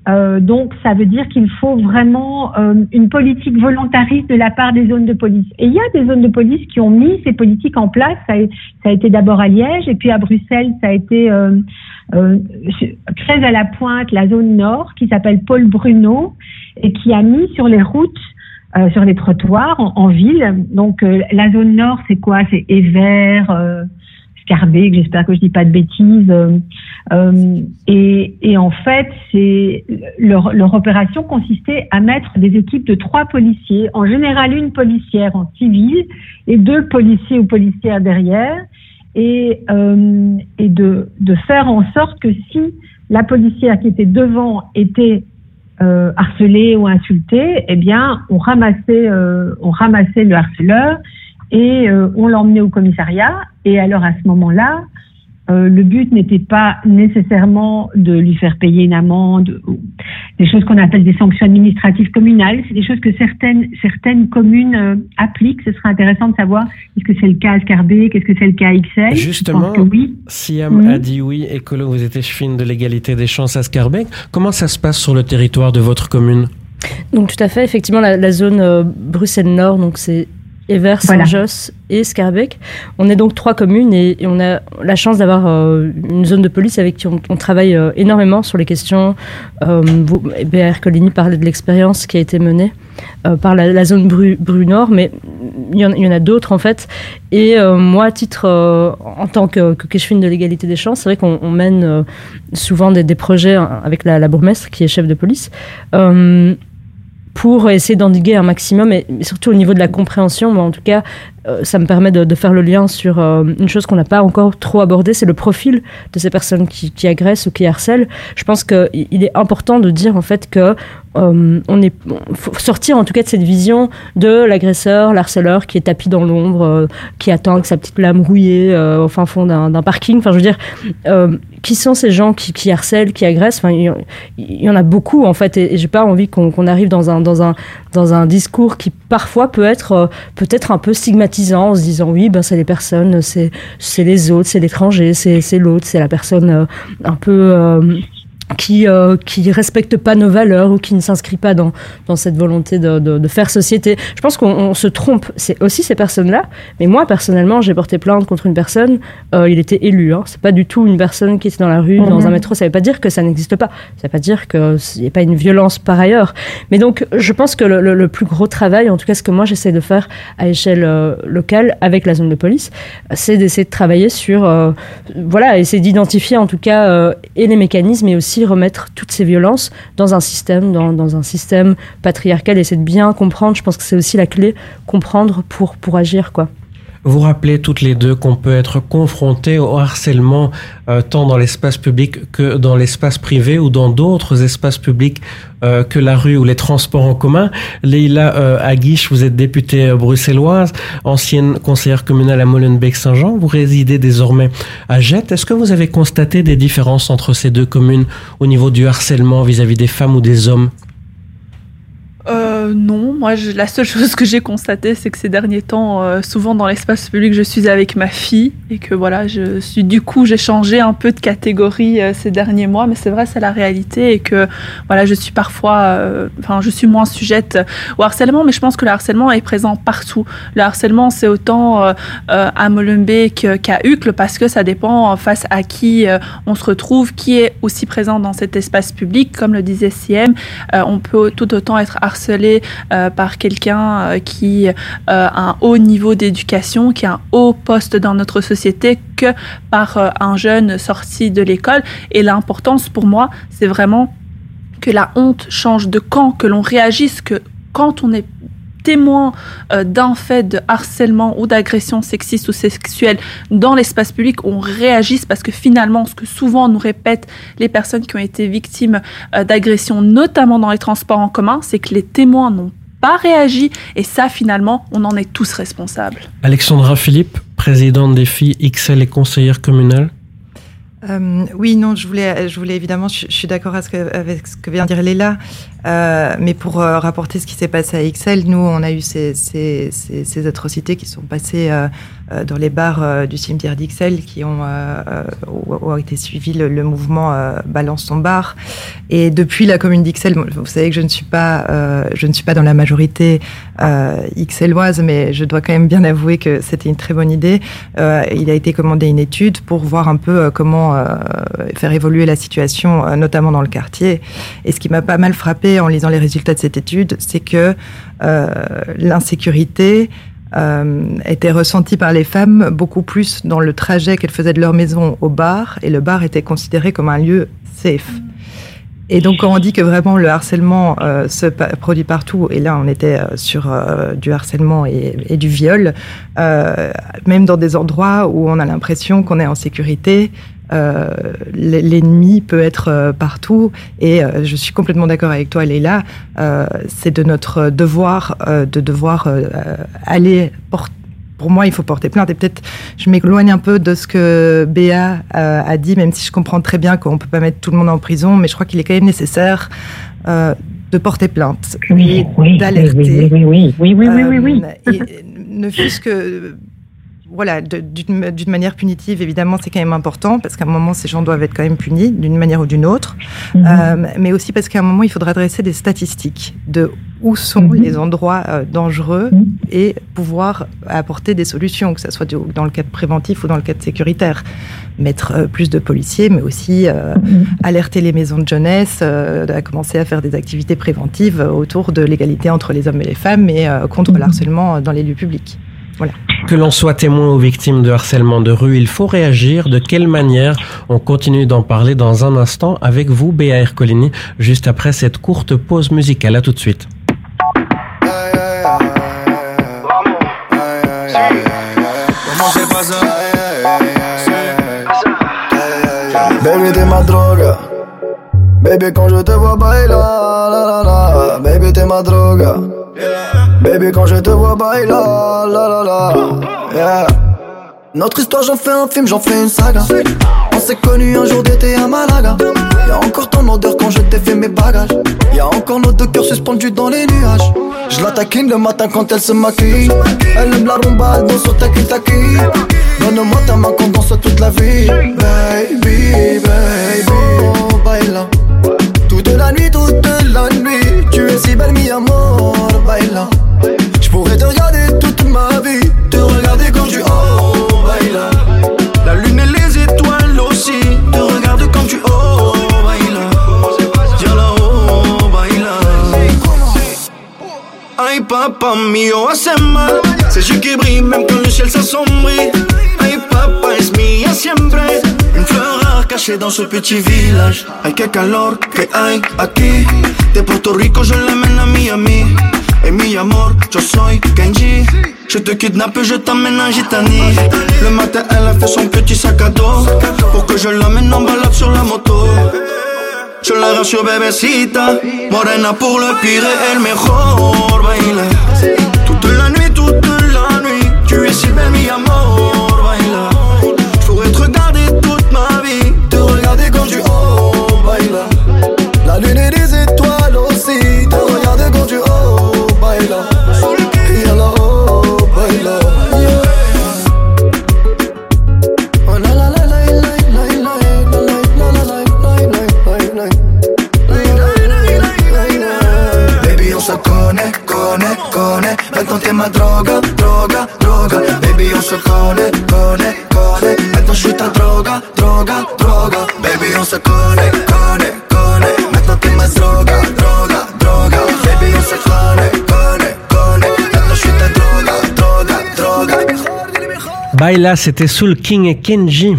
Euh, donc, ça veut dire qu'il faut vraiment euh, une politique volontariste de la part des zones de police. Et il y a des zones de police qui ont mis ces politiques en place. Ça a, ça a été d'abord à Liège, et puis à Bruxelles, ça a été euh, euh, très à la pointe, la zone nord, qui s'appelle Paul Bruno, et qui a mis sur les routes, euh, sur les trottoirs en, en ville. Donc, euh, la zone nord, c'est quoi? C'est Évert, euh, Scarbeck, j'espère que je dis pas de bêtises. Euh, euh, et, et en fait, c'est leur, leur opération consistait à mettre des équipes de trois policiers, en général une policière en civil et deux policiers ou policières derrière, et, euh, et de, de faire en sorte que si la policière qui était devant était euh, harcelée ou insultée, eh bien, on ramassait, euh, on ramassait le harceleur et euh, on l'emmenait au commissariat. Et alors à ce moment-là, euh, le but n'était pas nécessairement de lui faire payer une amende, ou des choses qu'on appelle des sanctions administratives communales. C'est des choses que certaines certaines communes euh, appliquent. Ce serait intéressant de savoir est-ce que c'est le cas à Scarbeck, est-ce que c'est le cas à Ixelles. Justement, Je pense que oui. Siam mmh. a dit oui et que vous êtes échevine de l'égalité des chances à Scarbeck. Comment ça se passe sur le territoire de votre commune? Donc tout à fait, effectivement, la, la zone euh, Bruxelles-Nord, donc c'est Évert, Saint-Josse et Scarbeck. On est donc trois communes et, et on a la chance d'avoir euh, une zone de police avec qui on, on travaille euh, énormément sur les questions. Euh, vous, B R Coligny parlait de l'expérience qui a été menée euh, par la, la zone Bru, Bru Nord, mais il y en, il y en a d'autres en fait. Et euh, moi, à titre, euh, en tant que, que qu'échevine de l'égalité des chances, c'est vrai qu'on on mène euh, souvent des, des projets avec la, la bourgmestre qui est chef de police. Euh, pour essayer d'endiguer un maximum, et surtout au niveau de la compréhension, mais en tout cas, euh, ça me permet de, de faire le lien sur euh, une chose qu'on n'a pas encore trop abordée, c'est le profil de ces personnes qui, qui agressent ou qui harcèlent. Je pense qu'il est important de dire en fait que euh, on est, faut sortir en tout cas de cette vision de l'agresseur, l'harceleur qui est tapis dans l'ombre, euh, qui attend avec sa petite lame rouillée euh, au fin fond d'un, d'un parking. Enfin, je veux dire, euh, qui sont ces gens qui, qui harcèlent, qui agressent? Enfin, il, il y en a beaucoup en fait, et, et j'ai pas envie qu'on, qu'on arrive dans un dans un dans un discours qui parfois peut être euh, peut-être un peu stigmatisant en se disant oui ben c'est les personnes, c'est c'est les autres, c'est l'étranger, c'est c'est l'autre, c'est la personne euh, un peu euh, qui euh, qui respecte pas nos valeurs ou qui ne s'inscrit pas dans dans cette volonté de de, de faire société. Je pense qu'on on se trompe. C'est aussi ces personnes-là. Mais moi personnellement, j'ai porté plainte contre une personne. Euh, il était élu. Hein. C'est pas du tout une personne qui était dans la rue, mmh. dans un métro. Ça veut pas dire que ça n'existe pas. Ça veut pas dire que il y a pas une violence par ailleurs. Mais donc, je pense que le, le, le plus gros travail, en tout cas, ce que moi j'essaie de faire à échelle euh, locale avec la zone de police, c'est d'essayer de travailler sur, euh, voilà, essayer d'identifier en tout cas euh, et les mécanismes et aussi remettre toutes ces violences dans un système, dans, dans un système patriarcal, et essayer de bien comprendre. Je pense que c'est aussi la clé, comprendre pour, pour agir, quoi. Vous rappelez toutes les deux qu'on peut être confronté au harcèlement euh, tant dans l'espace public que dans l'espace privé ou dans d'autres espaces publics euh, que la rue ou les transports en commun. Leïla euh, Aguiche, vous êtes députée bruxelloise, ancienne conseillère communale à Molenbeek-Saint-Jean. Vous résidez désormais à Jette. Est-ce que vous avez constaté des différences entre ces deux communes au niveau du harcèlement vis-à-vis des femmes ou des hommes ? Euh, non, moi je, la seule chose que j'ai constatée, c'est que ces derniers temps, euh, souvent dans l'espace public, je suis avec ma fille et que voilà, je suis du coup j'ai changé un peu de catégorie euh, ces derniers mois, mais c'est vrai, c'est la réalité, et que voilà, je suis parfois, euh, enfin, je suis moins sujette au harcèlement, mais je pense que le harcèlement est présent partout. Le harcèlement, c'est autant euh, euh, à Molenbeek qu'à Uccle, parce que ça dépend face à qui euh, on se retrouve, qui est aussi présent dans cet espace public, comme le disait Siem, euh, on peut tout autant être harcelé harcelé euh, par quelqu'un euh, qui euh, a un haut niveau d'éducation, qui a un haut poste dans notre société, que par euh, un jeune sorti de l'école. Et l'importance pour moi, c'est vraiment que la honte change de camp, que l'on réagisse, que quand on est témoin euh, d'un fait de harcèlement ou d'agression sexiste ou sexuelle dans l'espace public, on réagisse, parce que finalement, ce que souvent nous répètent les personnes qui ont été victimes euh, d'agressions, notamment dans les transports en commun, c'est que les témoins n'ont pas réagi, et ça, finalement, on en est tous responsables. Alexandra Philippe, présidente des filles Ixelles et conseillère communale. Euh, oui, non, je voulais, je voulais évidemment, je, je suis d'accord avec ce que, avec ce que vient de dire Léla, euh, mais pour euh, rapporter ce qui s'est passé à Ixelles, nous, on a eu ces, ces, ces, ces atrocités qui sont passées euh, euh, dans les bars euh, du cimetière d'Ixelles qui ont, euh, euh, ont été suivis le, le mouvement euh, Balance ton bar. Et depuis la commune d'Ixelles, vous savez que je ne suis pas, euh, je ne suis pas dans la majorité euh, ixelloise, mais je dois quand même bien avouer que c'était une très bonne idée. Euh, il a été commandé une étude pour voir un peu euh, comment euh, faire évoluer la situation, euh, notamment dans le quartier. Et ce qui m'a pas mal frappé en lisant les résultats de cette étude, c'est que euh, l'insécurité euh, était ressentie par les femmes beaucoup plus dans le trajet qu'elles faisaient de leur maison au bar, et le bar était considéré comme un lieu safe. Et donc, quand on dit que vraiment le harcèlement euh, se pa- produit partout, et là on était euh, sur euh, du harcèlement et, et du viol, euh, même dans des endroits où on a l'impression qu'on est en sécurité, euh, l'ennemi peut être euh, partout. Et euh, je suis complètement d'accord avec toi, Leïla, euh, c'est de notre devoir euh, de devoir euh, aller porter. Pour moi, il faut porter plainte. Et peut-être, je m'éloigne un peu de ce que Béa euh, a dit, même si je comprends très bien qu'on ne peut pas mettre tout le monde en prison, mais je crois qu'il est quand même nécessaire euh, de porter plainte, oui, et oui, d'alerter. Oui, oui, oui, oui, oui, oui, oui, oui, oui. Et ne fût-ce que... Voilà, de, d'une, d'une manière punitive, évidemment, c'est quand même important, parce qu'à un moment, ces gens doivent être quand même punis, d'une manière ou d'une autre. Mmh. Euh, mais aussi parce qu'à un moment, il faudra dresser des statistiques de où sont mmh. les endroits euh, dangereux mmh. et pouvoir apporter des solutions, que ce soit du, dans le cadre préventif ou dans le cadre sécuritaire. Mettre euh, plus de policiers, mais aussi euh, mmh. alerter les maisons de jeunesse, euh, à commencer à faire des activités préventives autour de l'égalité entre les hommes et les femmes, et euh, contre mmh. le harcèlement dans les lieux publics. Voilà. Que l'on soit témoin ou victime de harcèlement de rue, il faut réagir. De quelle manière? On continue d'en parler dans un instant avec vous, Béa Ercolini, juste après cette courte pause musicale. À tout de suite. Baby, t'es ma drogue. Baby, quand je te vois bailer, la la la. Baby, t'es ma drogue. Baby, quand je te vois bailer, la la la. Yeah. Notre histoire, j'en fais un film, j'en fais une saga. On s'est connus un jour d'été à Malaga. Y'a encore ton odeur quand je t'ai fait mes bagages. Y'a encore nos deux cœurs suspendus dans les nuages. Je la taquine le matin quand elle se maquille. Elle aime la rumba, elle danse sur taki-taki. Donne-moi ta main qu'on danse toute la vie. Baby, baby, oh, baila. Toute la nuit, toute la nuit. Tu es si belle, mi amor, baila. J'pourrais te regarder toute ma vie. Te regarder quand tu oh, baila. La lune et les étoiles aussi. Te regarde quand tu oh, baila. Y'a oh, baila. Ay, papa mio, hace mal. C'est yeux qui brille même quand le ciel s'assombrit. Ay, papa es mía siempre. Une fleur rare cachée dans ce petit village. Ay, qué calor que hay aquí. De Puerto Rico je l'amène à Miami. Et mi amor, yo soy Kenji. Je te kidnappe, je t'amène à Gitani. Le matin elle a fait son petit sac à dos pour que je l'amène en balade sur la moto. Je la rassure bébécita. Morena pour le pire et el mejor baila. Toute la nuit, toute la nuit. Tu es si belle mi amor, baila. J'pourrais te regarder toute ma vie. Te regarder quand tu oh, baila. La lune et les étoiles aussi. Te regarder quand tu oh, baila. Y a la oh, baila. Oh la la la la la la la la la la. Baby, on se connaît, connaît, connaît. Maintenant t'es ma droga, droga, droga. Baby, on se connaît, connaît, connaît. Maintenant je suis ta droga, droga, droga. Baby, on se connaît, connaît, connaît. Maintenant t'es ma droga, droga, droga. Baby, on se connaît, connaît, connaît. Maintenant je suis ta droga, droga, droga. Baila, c'était Soul King et Kenji.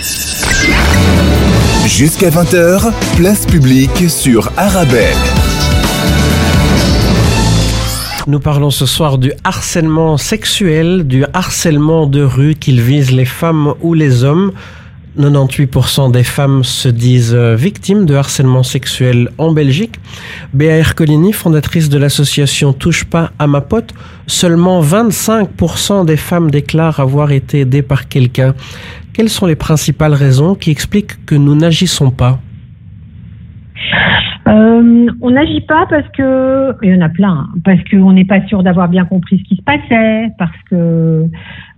Jusqu'à vingt heures, place publique sur Arabelle. Nous parlons ce soir du harcèlement sexuel, du harcèlement de rue, qu'il vise les femmes ou les hommes. quatre-vingt-dix-huit pour cent des femmes se disent victimes de harcèlement sexuel en Belgique. Béa Ercolini, fondatrice de l'association Touche pas à ma pote, seulement vingt-cinq pour cent des femmes déclarent avoir été aidées par quelqu'un. Quelles sont les principales raisons qui expliquent que nous n'agissons pas ? Euh, on n'agit pas parce que, il y en a plein, hein, parce qu'on n'est pas sûr d'avoir bien compris ce qui se passait, parce que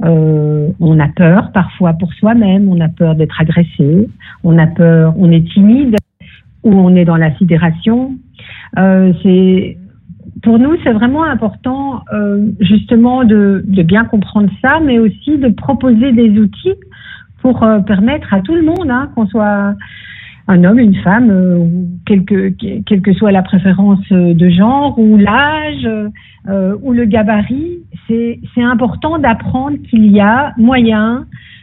euh, on a peur parfois pour soi-même, on a peur d'être agressé, on a peur, on est timide ou on est dans la sidération. Euh, c'est Pour nous, c'est vraiment important euh, justement de, de bien comprendre ça, mais aussi de proposer des outils pour euh, permettre à tout le monde, hein, qu'on soit un homme, une femme, euh, quelle que, quelle que soit la préférence de genre ou l'âge euh, ou le gabarit, c'est, c'est important d'apprendre qu'il y a moyen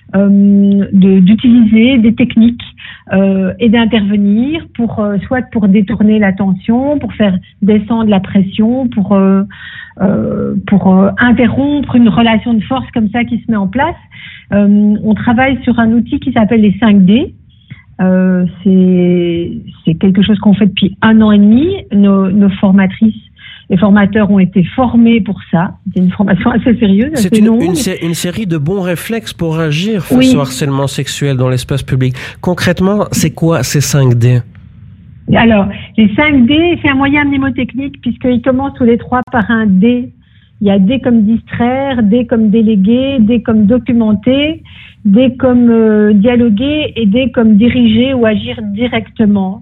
euh, de, d'utiliser des techniques euh, et d'intervenir pour euh, soit pour détourner l'attention, pour faire descendre la pression, pour euh, euh, pour euh, interrompre une relation de force comme ça qui se met en place. Euh, on travaille sur un outil qui s'appelle les cinq D. Euh, c'est, c'est quelque chose qu'on fait depuis un an et demi. Nos, nos formatrices et formateurs ont été formés pour ça. C'est une formation assez sérieuse. C'est assez une, longue. une, sé- une série de bons réflexes pour agir face Oui. au harcèlement sexuel dans l'espace public. Concrètement, c'est quoi ces cinq D? Alors, les cinq D, c'est un moyen mnémotechnique puisqu'ils commencent tous les trois par un D. Il y a D comme distraire, D comme déléguer, D comme documenter, D comme euh, dialoguer et D comme diriger ou agir directement.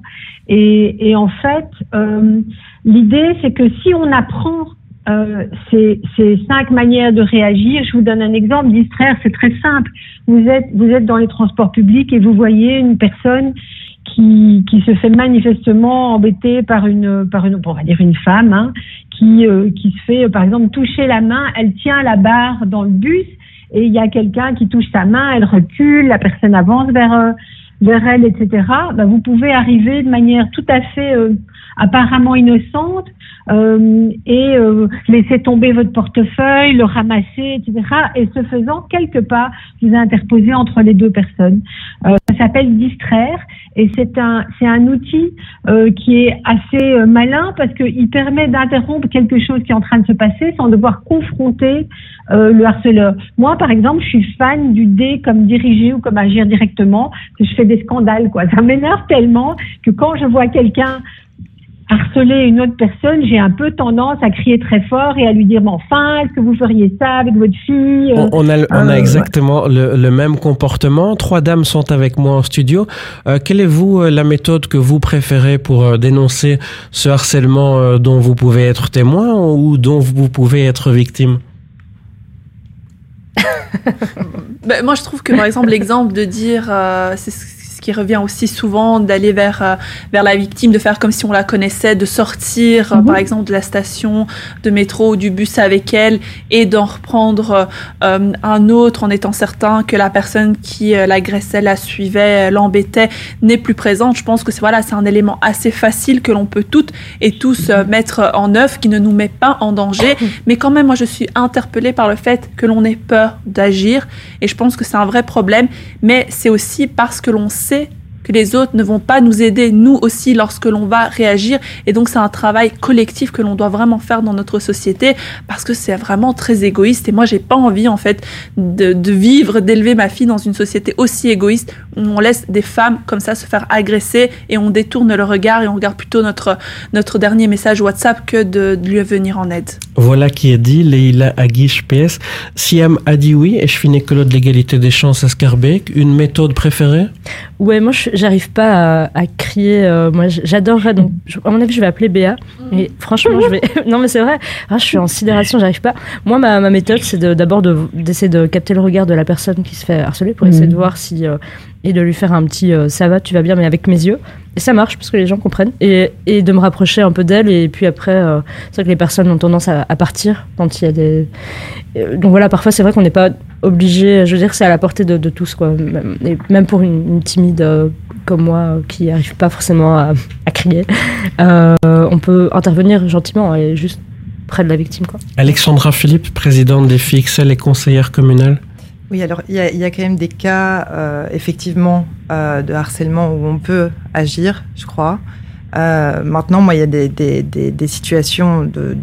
Et, et en fait, euh, l'idée, c'est que si on apprend euh, ces, ces cinq manières de réagir, je vous donne un exemple. Distraire, c'est très simple. Vous êtes, vous êtes dans les transports publics et vous voyez une personne qui, qui se fait manifestement embêter par une, par une, on va dire une femme, hein, qui, euh, qui se fait, par exemple, toucher la main. Elle tient la barre dans le bus et il y a quelqu'un qui touche sa main, elle recule, la personne avance vers, euh, vers elle, et cetera. Ben, vous pouvez arriver de manière tout à fait euh, apparemment innocente euh, et euh, laisser tomber votre portefeuille, le ramasser, et cetera. Et ce faisant, quelque part, vous interposez entre les deux personnes. Euh, ça s'appelle distraire et c'est un c'est un outil euh, qui est assez euh, malin parce qu'il permet d'interrompre quelque chose qui est en train de se passer sans devoir confronter euh, le harceleur. Moi, par exemple, je suis fan du D comme diriger ou comme agir directement, que je fais des scandales, quoi. Ça m'énerve tellement que quand je vois quelqu'un harceler une autre personne, j'ai un peu tendance à crier très fort et à lui dire « Mais enfin, est-ce que vous feriez ça avec votre fille ?» On, on a, on a Euh, exactement le, le même comportement. Trois dames sont avec moi en studio. Euh, quelle est, vous, euh, la méthode que vous préférez pour euh, dénoncer ce harcèlement euh, dont vous pouvez être témoin ou dont vous pouvez être victime? Ben, moi, je trouve que, par exemple, l'exemple de dire, euh, c'est ce qui revient aussi souvent, d'aller vers, euh, vers la victime, de faire comme si on la connaissait, de sortir, euh, Mhm. par exemple, de la station de métro ou du bus avec elle et d'en reprendre euh, un autre en étant certain que la personne qui euh, l'agressait, la suivait, euh, l'embêtait, n'est plus présente. Je pense que c'est, voilà, c'est un élément assez facile que l'on peut toutes et tous euh, mettre en œuvre, qui ne nous met pas en danger. Mais quand même, moi, je suis interpellée par le fait que l'on ait peur d'agir et je pense que c'est un vrai problème. Mais c'est aussi parce que l'on sait que les autres ne vont pas nous aider, nous aussi, lorsque l'on va réagir. Et donc, c'est un travail collectif que l'on doit vraiment faire dans notre société parce que c'est vraiment très égoïste. Et moi, j'ai pas envie, en fait, de, de vivre, d'élever ma fille dans une société aussi égoïste où on laisse des femmes comme ça se faire agresser et on détourne le regard et on regarde plutôt notre, notre dernier message WhatsApp que de, de lui venir en aide. Voilà qui est dit, Leïla Aguiche P S. Siam a dit oui, et je finis école de l'égalité des chances à Scarbeck. Une méthode préférée? Ouais, moi, je- j'arrive pas à, à crier. euh, moi, j- j'adorerais. Donc, je- à mon avis, je vais appeler Béa. Et franchement, je vais. Non, mais c'est vrai. Ah, je suis en sidération, j'arrive pas. Moi, ma, ma méthode, c'est de- d'abord de, d'essayer de capter le regard de la personne qui se fait harceler pour essayer Mhm. de voir si. euh, et de lui faire un petit euh, ça va, tu vas bien, mais avec mes yeux. Et ça marche parce que les gens comprennent. Et, et de me rapprocher un peu d'elle. Et puis après, euh, c'est vrai que les personnes ont tendance à, à partir quand il y a des. Euh, Donc voilà, parfois, c'est vrai qu'on n'est pas obligé. Je veux dire, c'est à la portée de, de tous, quoi. Même, et même pour une, une timide euh, comme moi euh, qui n'arrive pas forcément à, à crier, euh, on peut intervenir gentiment et juste près de la victime, quoi. Alexandra Philippe, présidente des F I X L et conseillère communale. Oui, alors il y a, il y a quand même des cas, euh, effectivement, euh, de harcèlement où on peut agir, je crois. Euh, maintenant, moi, il y a des, des, des, des situations de, de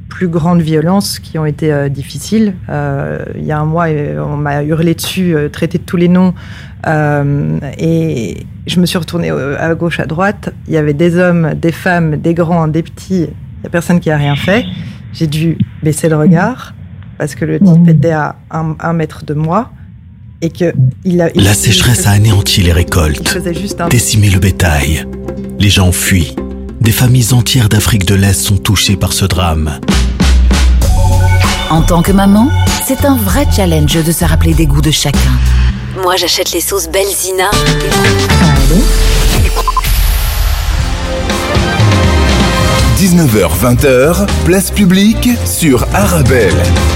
plus grandes violences qui ont été euh, difficiles. Euh, il y a un mois, on m'a hurlé dessus, euh, traité de tous les noms. Euh, et je me suis retournée à gauche, à droite. Il y avait des hommes, des femmes, des grands, des petits. Il n'y a personne qui a rien fait. J'ai dû baisser le regard parce que le type était à un, un mètre de moi. Et que il a, il La sécheresse a anéanti les récoltes, un... décimé le bétail. Les gens fuient. Des familles entières d'Afrique de l'Est sont touchées par ce drame. En tant que maman, c'est un vrai challenge de se rappeler des goûts de chacun. Moi, j'achète les sauces Belzina. dix-neuf heures vingt, place publique sur Arabelle.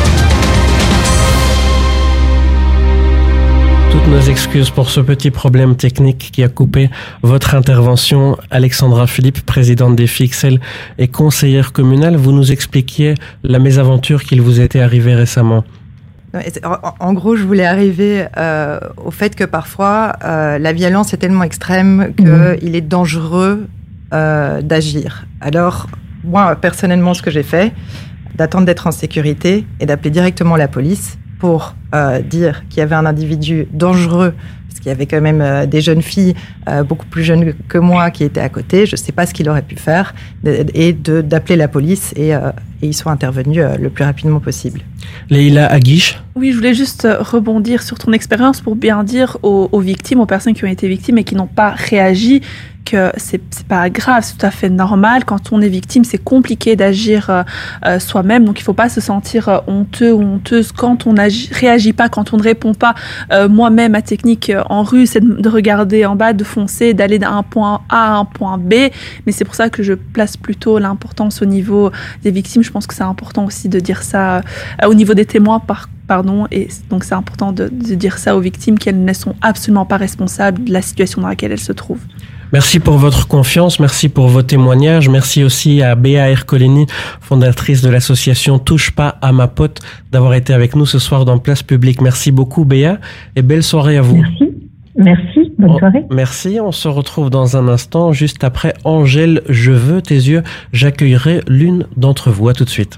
Toutes nos excuses pour ce petit problème technique qui a coupé votre intervention. Alexandra Philippe, présidente des Filles X L et conseillère communale, vous nous expliquiez la mésaventure qu'il vous était arrivée récemment. En gros, je voulais arriver euh, au fait que parfois, euh, la violence est tellement extrême qu'il mmh. est dangereux euh, d'agir. Alors, moi, personnellement, ce que j'ai fait, d'attendre d'être en sécurité et d'appeler directement la police pour euh, dire qu'il y avait un individu dangereux, parce qu'il y avait quand même euh, des jeunes filles euh, beaucoup plus jeunes que moi qui étaient à côté. Je ne sais pas ce qu'il aurait pu faire, et de, d'appeler la police, et, euh, et ils sont intervenus euh, le plus rapidement possible. Leïla Aguiche. Oui, je voulais juste rebondir sur ton expérience pour bien dire aux, aux victimes, aux personnes qui ont été victimes et qui n'ont pas réagi, que c'est, c'est pas grave, c'est tout à fait normal. Quand on est victime, c'est compliqué d'agir euh, euh, soi-même, donc il faut pas se sentir euh, honteux ou honteuse quand on agi, réagit pas, quand on ne répond pas. Euh, moi-même, ma technique euh, en rue, c'est de, de regarder en bas, de foncer, d'aller d'un point A à un point B, mais c'est pour ça que je place plutôt l'importance au niveau des victimes. Je pense que c'est important aussi de dire ça euh, au niveau des témoins, par Pardon, et donc c'est important de, de dire ça aux victimes, qu'elles ne sont absolument pas responsables de la situation dans laquelle elles se trouvent. Merci pour votre confiance, merci pour vos témoignages, merci aussi à Béa Ercolini, fondatrice de l'association Touche pas à ma pote, d'avoir été avec nous ce soir dans Place Publique. Merci beaucoup Béa, et belle soirée à vous. Merci, merci, bonne soirée. Oh, merci, on se retrouve dans un instant, juste après Angèle, je veux tes yeux, j'accueillerai l'une d'entre vous, à tout de suite.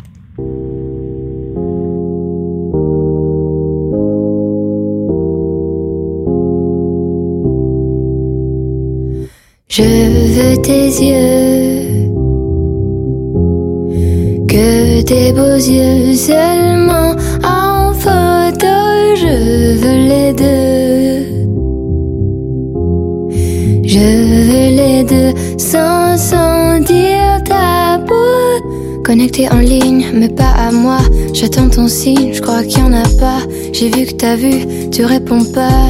Je veux tes yeux, que tes beaux yeux seulement en photo, je veux les deux. Je veux les deux sans sentir ta peau. Connecté en ligne, mais pas à moi. J'attends ton signe, je crois qu'il y en a pas. J'ai vu que t'as vu, tu réponds pas.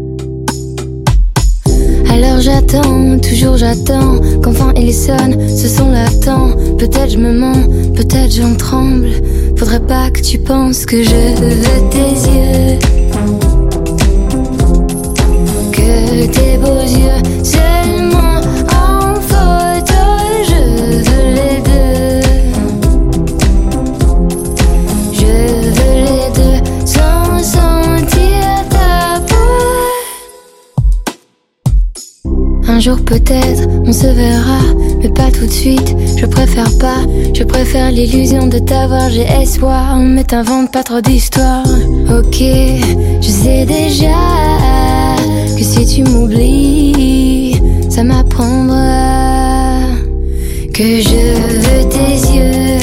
Alors j'attends, toujours j'attends qu'enfin il sonne, ce son l'attend. Peut-être je me mens, peut-être j'en tremble. Faudrait pas que tu penses que je veux tes yeux, que tes beaux yeux seulement en photo, je veux les deux. Je veux les deux sans sentir ta peau. Un jour peut-être on se verra, mais pas tout de suite, je préfère pas. Je préfère l'illusion de t'avoir, j'ai espoir, mais t'inventes pas trop d'histoires. Ok, je sais déjà que si tu m'oublies, ça m'apprendra que je veux tes yeux,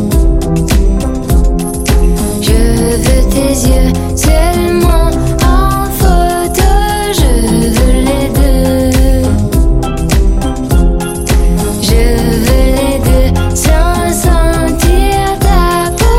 je veux tes yeux seulement en photo, je veux les deux, je veux les deux sans sentir ta peau.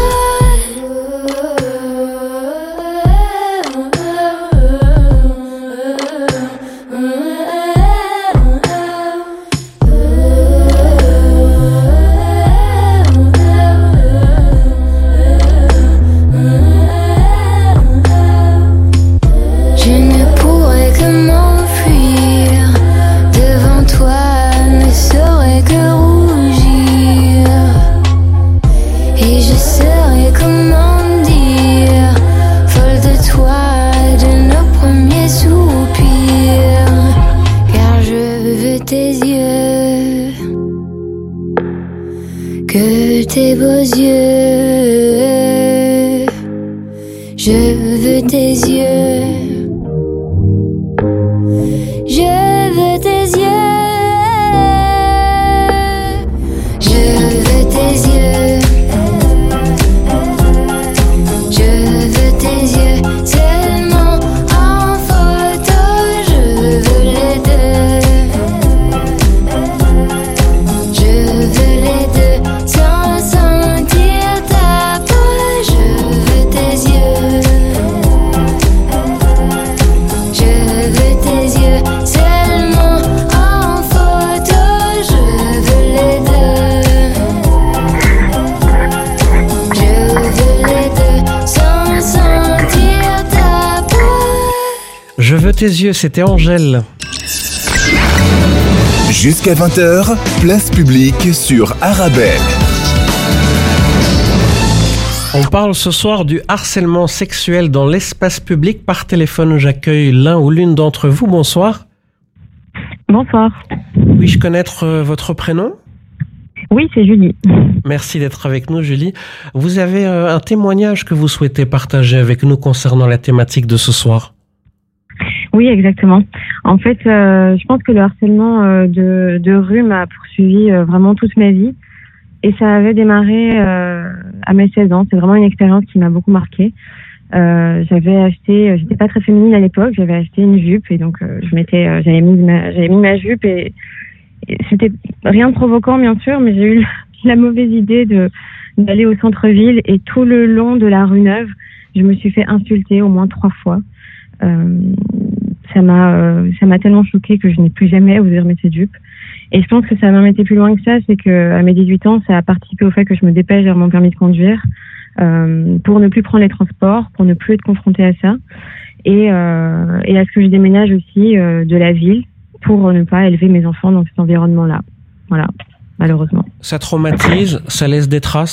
Je ne pourrais que m'enfuir devant toi, ne saurais que rougir, et je saurais comment dire, folle de toi, de nos premiers soupirs, car je veux tes yeux, que tes beaux yeux, je veux tes yeux, je veux tes yeux, je veux tes yeux, je veux tes yeux, seulement en photo, je veux les deux, je veux les deux, sans sentir ta peau, je veux tes yeux, je veux tes yeux, seulement en photo, je veux les deux, je veux les deux, sans sentir ta peau. Je veux tes yeux, c'était Angèle. Jusqu'à vingt heures, place publique sur Arabelle. On parle ce soir du harcèlement sexuel dans l'espace public. Par téléphone, j'accueille l'un ou l'une d'entre vous. Bonsoir. Bonsoir. Puis-je connaître euh, votre prénom ? Oui, c'est Julie. Merci d'être avec nous, Julie. Vous avez euh, un témoignage que vous souhaitez partager avec nous concernant la thématique de ce soir. Oui, exactement. En fait, euh, je pense que le harcèlement euh, de, de rue m'a poursuivi euh, vraiment toute ma vie. Et ça avait démarré euh, à mes seize ans. C'est vraiment une expérience qui m'a beaucoup marquée. Euh, j'avais acheté, j'étais pas très féminine à l'époque, j'avais acheté une jupe et donc euh, je m'étais, euh, j'avais mis ma, j'avais mis ma jupe et, et c'était rien de provoquant bien sûr, mais j'ai eu la mauvaise idée de d'aller au centre-ville et tout le long de la rue Neuve, je me suis fait insulter au moins trois fois. Euh, ça m'a, euh, ça m'a tellement choquée que je n'ai plus jamais osé remettre cette jupe. Et je pense que ça m'a même été plus loin que ça, c'est que à mes dix-huit ans, ça a participé au fait que je me dépêche vers mon permis de conduire euh, pour ne plus prendre les transports, pour ne plus être confrontée à ça, et, euh, et à ce que je déménage aussi euh, de la ville pour ne pas élever mes enfants dans cet environnement-là. Voilà, malheureusement. Ça traumatise, ça laisse des traces ?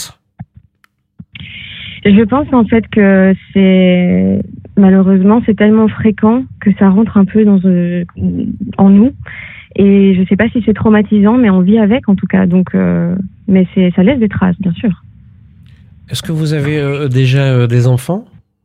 Je pense en fait que c'est malheureusement c'est tellement fréquent que ça rentre un peu dans euh, en nous. Et je sais pas si c'est traumatisant, mais on vit avec en tout cas. Donc, euh, mais c'est, ça laisse des traces, bien sûr. Est-ce que vous avez euh, déjà euh, des enfants ?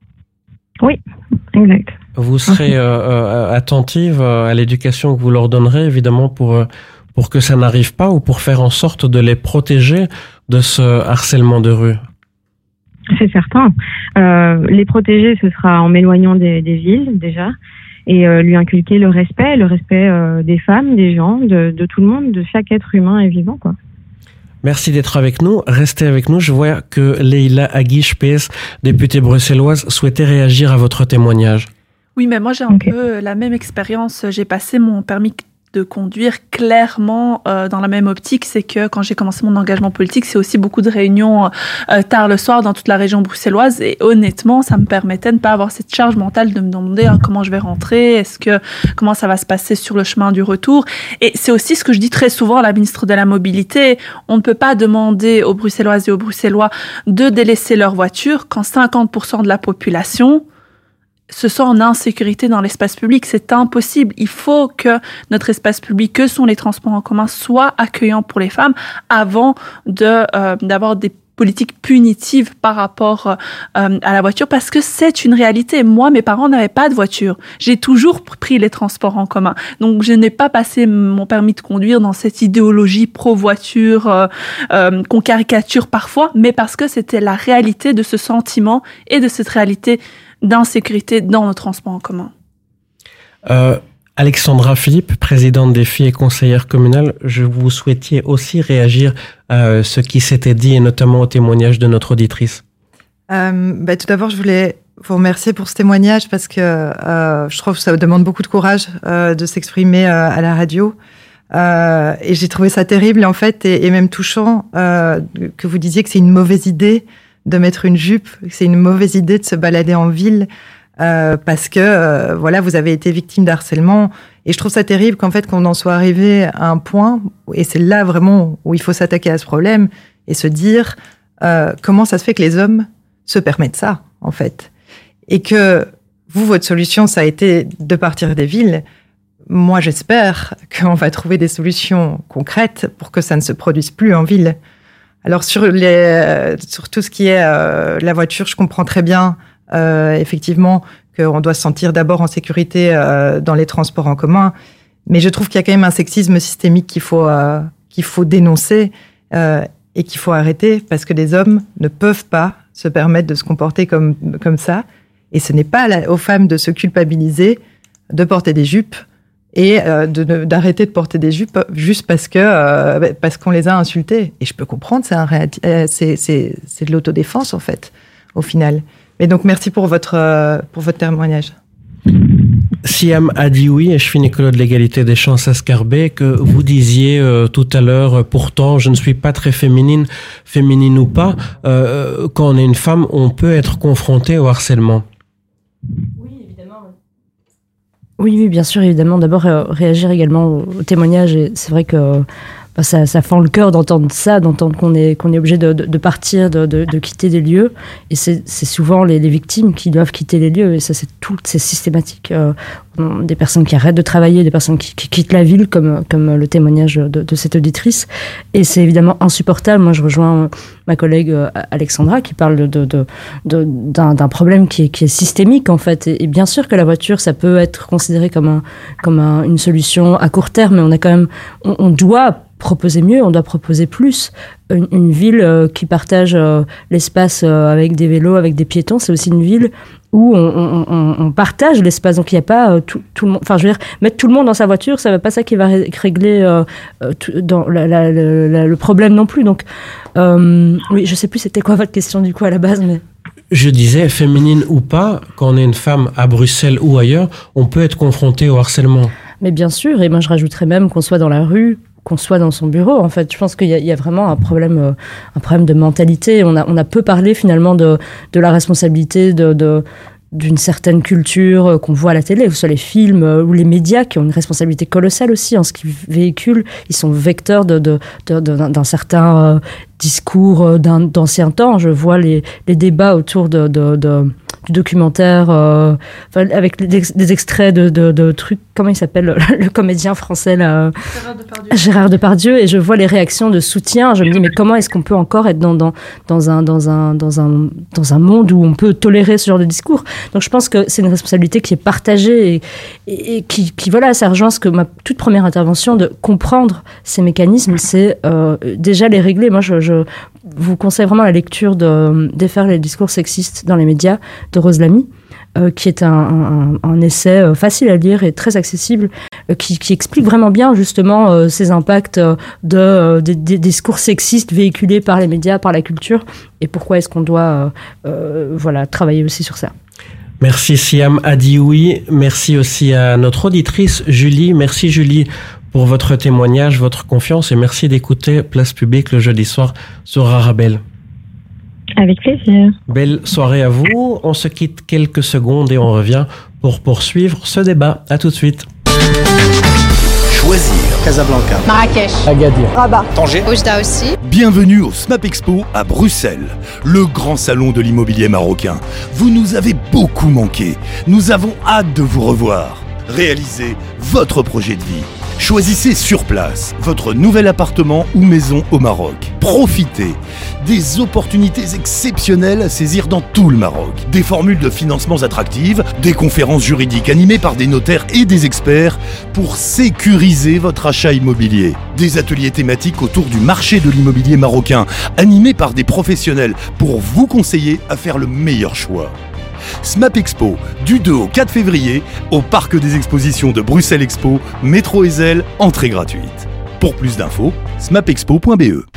Oui, exact. Vous serez euh, euh, attentive à l'éducation que vous leur donnerez, évidemment, pour, euh, pour que ça n'arrive pas ou pour faire en sorte de les protéger de ce harcèlement de rue ? C'est certain. Euh, les protéger, ce sera en m'éloignant des, des villes, déjà. Et euh, lui inculquer le respect, le respect euh, des femmes, des gens, de, de tout le monde, de chaque être humain et vivant, quoi. Merci d'être avec nous. Restez avec nous. Je vois que Leïla Aguiche, P S, députée bruxelloise, souhaitait réagir à votre témoignage. Oui, mais moi j'ai un okay. peu la même expérience. J'ai passé mon permis de conduire clairement euh, dans la même optique, c'est que quand j'ai commencé mon engagement politique, c'est aussi beaucoup de réunions euh, tard le soir dans toute la région bruxelloise et honnêtement, ça me permettait de ne pas avoir cette charge mentale de me demander hein, comment je vais rentrer, est-ce que comment ça va se passer sur le chemin du retour. Et c'est aussi ce que je dis très souvent à la ministre de la Mobilité, on ne peut pas demander aux Bruxelloises et aux Bruxellois de délaisser leur voiture quand cinquante pour cent de la population se sent en insécurité dans l'espace public. C'est impossible. Il faut que notre espace public, que sont les transports en commun, soit accueillant pour les femmes avant de euh, d'avoir des politiques punitives par rapport euh, à la voiture, parce que c'est une réalité. Moi, mes parents n'avaient pas de voiture. J'ai toujours pris les transports en commun. Donc, je n'ai pas passé mon permis de conduire dans cette idéologie pro-voiture euh, euh, qu'on caricature parfois, mais parce que c'était la réalité de ce sentiment et de cette réalité d'insécurité dans nos transports en commun. Euh, Alexandra Philippe, présidente des filles et conseillère communale, je vous souhaitais aussi réagir à ce qui s'était dit et notamment au témoignage de notre auditrice. Euh, bah, tout d'abord, je voulais vous remercier pour ce témoignage parce que euh, je trouve que ça demande beaucoup de courage euh, de s'exprimer euh, à la radio. Euh, et j'ai trouvé ça terrible en fait et, et même touchant euh, que vous disiez que c'est une mauvaise idée de mettre une jupe, c'est une mauvaise idée de se balader en ville euh, parce que euh, voilà, vous avez été victime d'harcèlement et je trouve ça terrible qu'en fait qu'on en soit arrivé à un point et c'est là vraiment où il faut s'attaquer à ce problème et se dire euh, comment ça se fait que les hommes se permettent ça en fait et que vous, votre solution ça a été de partir des villes. Moi j'espère qu'on va trouver des solutions concrètes pour que ça ne se produise plus en ville. Alors sur les, sur tout ce qui est euh, la voiture, je comprends très bien euh, effectivement qu'on doit se sentir d'abord en sécurité euh, dans les transports en commun, mais je trouve qu'il y a quand même un sexisme systémique qu'il faut euh, qu'il faut dénoncer euh, et qu'il faut arrêter, parce que les hommes ne peuvent pas se permettre de se comporter comme comme ça, et ce n'est pas la, aux femmes de se culpabiliser de porter des jupes et euh, de, de, d'arrêter de porter des jupes juste parce que euh, parce qu'on les a insultés. Et je peux comprendre, c'est un réa- c'est c'est c'est de l'autodéfense en fait au final. Mais donc merci pour votre euh, pour votre témoignage. Siam Adioui, et je suis Nicolas de l'égalité des chances à Scarbeck, que vous disiez euh, tout à l'heure, euh, pourtant je ne suis pas très féminine, féminine ou pas, euh, quand on est une femme, on peut être confronté au harcèlement. Oui, oui, bien sûr, évidemment. D'abord, euh, réagir également au, au témoignage. Et c'est vrai que bah, ça, ça fend le cœur d'entendre ça, d'entendre qu'on est, qu'on est obligé de, de, de partir, de, de, de quitter des lieux. Et c'est, c'est souvent les, les victimes qui doivent quitter les lieux. Et ça, c'est tout, c'est systématique. Euh, des personnes qui arrêtent de travailler, des personnes qui, qui quittent la ville, comme, comme le témoignage de, de cette auditrice. Et c'est évidemment insupportable. Moi, je rejoins ma collègue Alexandra qui parle de, de, de, de, d'un, d'un problème qui est, qui est systémique, en fait. Et, et bien sûr que la voiture, ça peut être considéré comme, un, comme un, une solution à court terme, mais on a quand même, on, on doit proposer mieux, on doit proposer plus. Une, une ville euh, qui partage euh, l'espace euh, avec des vélos, avec des piétons, c'est aussi une ville où on, on, on, on partage l'espace. Donc il n'y a pas euh, tout, tout le monde. Enfin, je veux dire, mettre tout le monde dans sa voiture, ça ne va pas ça qui va ré- régler euh, euh, tout, dans la, la, la, la, le problème non plus. Donc, euh, oui, je ne sais plus c'était quoi votre question du coup à la base, mais. Je disais, féminine ou pas, quand on est une femme à Bruxelles ou ailleurs, on peut être confronté au harcèlement. Mais bien sûr, et moi je rajouterais même qu'on soit dans la rue, qu'on soit dans son bureau. En fait, je pense qu'il y a, il y a vraiment un problème, euh, un problème de mentalité. On a, on a peu parlé finalement de, de la responsabilité de, de, d'une certaine culture euh, qu'on voit à la télé, que ce soit les films euh, ou les médias qui ont une responsabilité colossale aussi en ce qu'ils véhiculent. Ils sont vecteurs de, de, de, de, d'un, d'un certain euh, discours euh, d'un, d'ancien temps. Je vois les, les débats autour de, de, de du documentaire euh, avec des, des extraits de, de, de trucs, comment il s'appelle le, le comédien français là, Gérard Depardieu. Gérard Depardieu, et je vois les réactions de soutien. Je me dis mais comment est-ce qu'on peut encore être dans, dans, dans, un, dans, un, dans, un, dans un monde où on peut tolérer ce genre de discours. Donc je pense que c'est une responsabilité qui est partagée et, et, et qui, qui, voilà, ça rejoint ce que ma toute première intervention, de comprendre ces mécanismes, c'est euh, déjà les régler. Moi je, je vous conseille vraiment la lecture de Défaire les discours sexistes dans les médias de Rose Lamy, euh, qui est un, un, un essai facile à lire et très accessible, euh, qui, qui explique vraiment bien justement euh, ces impacts euh, de, euh, des, des discours sexistes véhiculés par les médias, par la culture, et pourquoi est-ce qu'on doit euh, euh, voilà, travailler aussi sur ça. Merci Siam Adioui, merci aussi à notre auditrice Julie. Merci Julie pour votre témoignage, votre confiance, et merci d'écouter Place Publique le jeudi soir sur Arabelle. Avec plaisir. Belle soirée à vous. On se quitte quelques secondes et on revient pour poursuivre ce débat. À tout de suite. Choisir. Casablanca. Marrakech. Agadir. Rabat. Tanger. Oujda aussi. Bienvenue au SMAP Expo à Bruxelles, le grand salon de l'immobilier marocain. Vous nous avez beaucoup manqué. Nous avons hâte de vous revoir. Réalisez votre projet de vie. Choisissez sur place votre nouvel appartement ou maison au Maroc. Profitez des opportunités exceptionnelles à saisir dans tout le Maroc. Des formules de financements attractives, des conférences juridiques animées par des notaires et des experts pour sécuriser votre achat immobilier. Des ateliers thématiques autour du marché de l'immobilier marocain, animés par des professionnels pour vous conseiller à faire le meilleur choix. SMAP Expo, du deux au quatre février, au Parc des Expositions de Bruxelles Expo, métro Ezel, entrée gratuite. Pour plus d'infos, smapexpo point b e.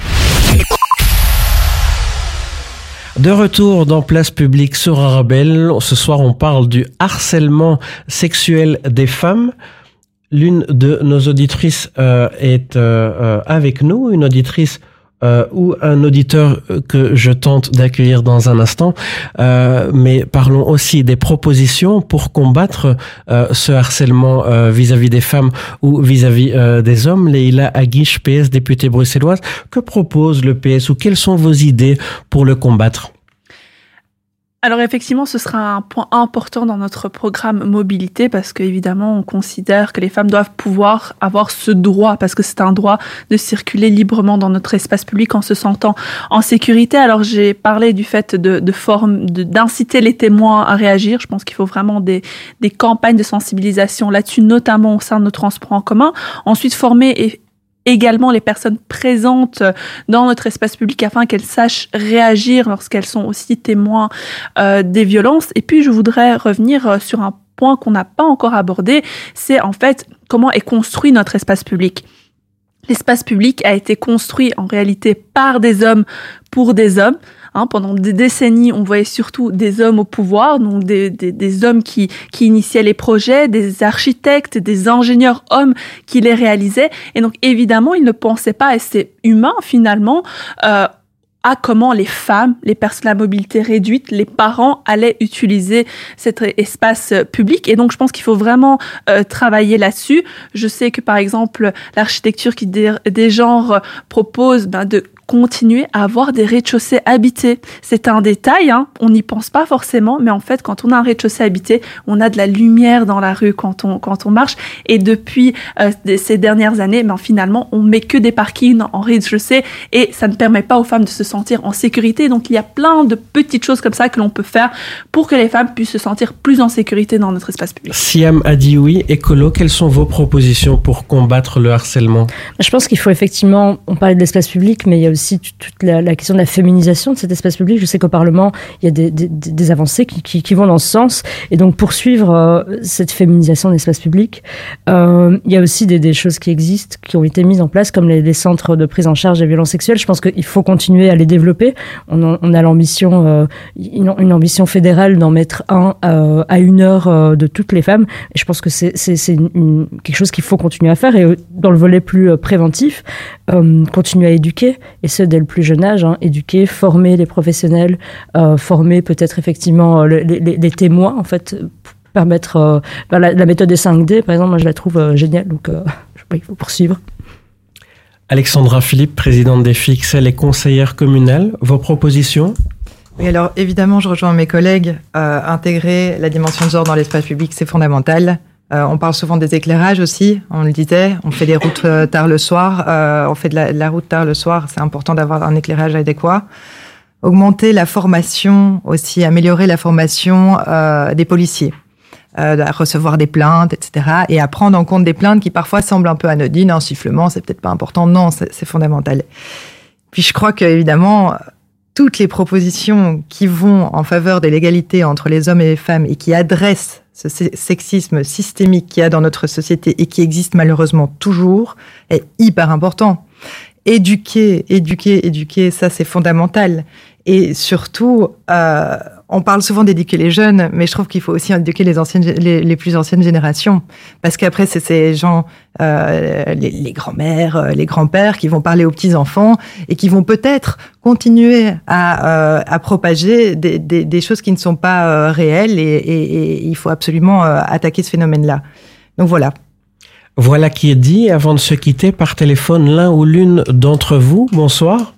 De retour dans Place Publique sur Arabelle, ce soir on parle du harcèlement sexuel des femmes. L'une de nos auditrices euh, est euh, avec nous, une auditrice Euh, ou un auditeur que je tente d'accueillir dans un instant. Euh, mais parlons aussi des propositions pour combattre euh, ce harcèlement euh, vis-à-vis des femmes ou vis-à-vis euh, des hommes. Leïla Aguiche, P S, députée bruxelloise, que propose le P S ou quelles sont vos idées pour le combattre ? Alors effectivement, ce sera un point important dans notre programme mobilité parce qu'évidemment, on considère que les femmes doivent pouvoir avoir ce droit, parce que c'est un droit de circuler librement dans notre espace public en se sentant en sécurité. Alors j'ai parlé du fait de, de forme, de, d'inciter les témoins à réagir. Je pense qu'il faut vraiment des, des campagnes de sensibilisation là-dessus, notamment au sein de nos transports en commun. Ensuite, former et également les personnes présentes dans notre espace public afin qu'elles sachent réagir lorsqu'elles sont aussi témoins euh, des violences. Et puis, je voudrais revenir sur un point qu'on n'a pas encore abordé, c'est en fait comment est construit notre espace public. L'espace public a été construit en réalité par des hommes pour des hommes. Hein, pendant des décennies, on voyait surtout des hommes au pouvoir, donc des, des, des hommes qui, qui initiaient les projets, des architectes, des ingénieurs hommes qui les réalisaient. Et donc, évidemment, ils ne pensaient pas, et c'est humain finalement, euh, à comment les femmes, les personnes à mobilité réduite, les parents allaient utiliser cet espace public. Et donc, je pense qu'il faut vraiment euh, travailler là-dessus. Je sais que, par exemple, l'architecture qui dé- des genres propose ben, de continuer à avoir des rez-de-chaussée habités. C'est un détail, hein, on n'y pense pas forcément, mais en fait, quand on a un rez-de-chaussée habité, on a de la lumière dans la rue quand on, quand on marche. Et depuis euh, ces dernières années, ben, finalement, on met que des parkings en rez-de-chaussée et ça ne permet pas aux femmes de se sentir en sécurité. Donc, il y a plein de petites choses comme ça que l'on peut faire pour que les femmes puissent se sentir plus en sécurité dans notre espace public. Siam Adioui, écolo, quelles sont vos propositions pour combattre le harcèlement ? Je pense qu'il faut effectivement, on parlait de l'espace public, mais il y a aussi toute la, la question de la féminisation de cet espace public. Je sais qu'au Parlement, il y a des, des, des avancées qui, qui, qui vont dans ce sens. Et donc, poursuivre euh, cette féminisation de l'espace public. Euh, il y a aussi des, des choses qui existent, qui ont été mises en place, comme les, les centres de prise en charge des violences sexuelles. Je pense qu'il faut continuer à les développer. On, on a l'ambition, euh, une, une ambition fédérale d'en mettre un euh, à une heure euh, de toutes les femmes. Et je pense que c'est, c'est, c'est une, une, quelque chose qu'il faut continuer à faire. Et dans le volet plus euh, préventif, euh, continuer à éduquer. Et ce, dès le plus jeune âge, hein, éduquer, former les professionnels, euh, former peut-être effectivement euh, les, les, les témoins, en fait, pour permettre... Euh, ben la, la méthode des cinq D, par exemple, moi, je la trouve euh, géniale, donc euh, je sais pas, il faut poursuivre. Alexandra Philippe, présidente des F I C S E L et conseillère communale, vos propositions ? Oui, alors évidemment, je rejoins mes collègues. Euh, intégrer la dimension de genre dans l'espace public, c'est fondamental. Euh, on parle souvent des éclairages aussi, on le disait, on fait des routes euh, tard le soir, euh, on fait de la, de la route tard le soir, c'est important d'avoir un éclairage adéquat. Augmenter la formation aussi, améliorer la formation euh, des policiers, euh, à recevoir des plaintes, et cetera. Et à prendre en compte des plaintes qui parfois semblent un peu anodines, un sifflement, c'est peut-être pas important, non, c'est, c'est fondamental. Puis je crois qu'évidemment, toutes les propositions qui vont en faveur de l'égalité entre les hommes et les femmes et qui adressent ce sexisme systémique qu'il y a dans notre société et qui existe malheureusement toujours est hyper important. Éduquer, éduquer, éduquer, ça c'est fondamental. Et surtout, euh, on parle souvent d'éduquer les jeunes, mais je trouve qu'il faut aussi éduquer les anciennes, les, les plus anciennes générations, parce qu'après c'est ces gens, euh, les, les grands-mères, les grands-pères qui vont parler aux petits enfants et qui vont peut-être continuer à, euh, à propager des, des, des choses qui ne sont pas euh, réelles, et, et, et il faut absolument euh, attaquer ce phénomène-là. Donc voilà. Voilà qui est dit. Avant de se quitter, par téléphone, l'un ou l'une d'entre vous. Bonsoir.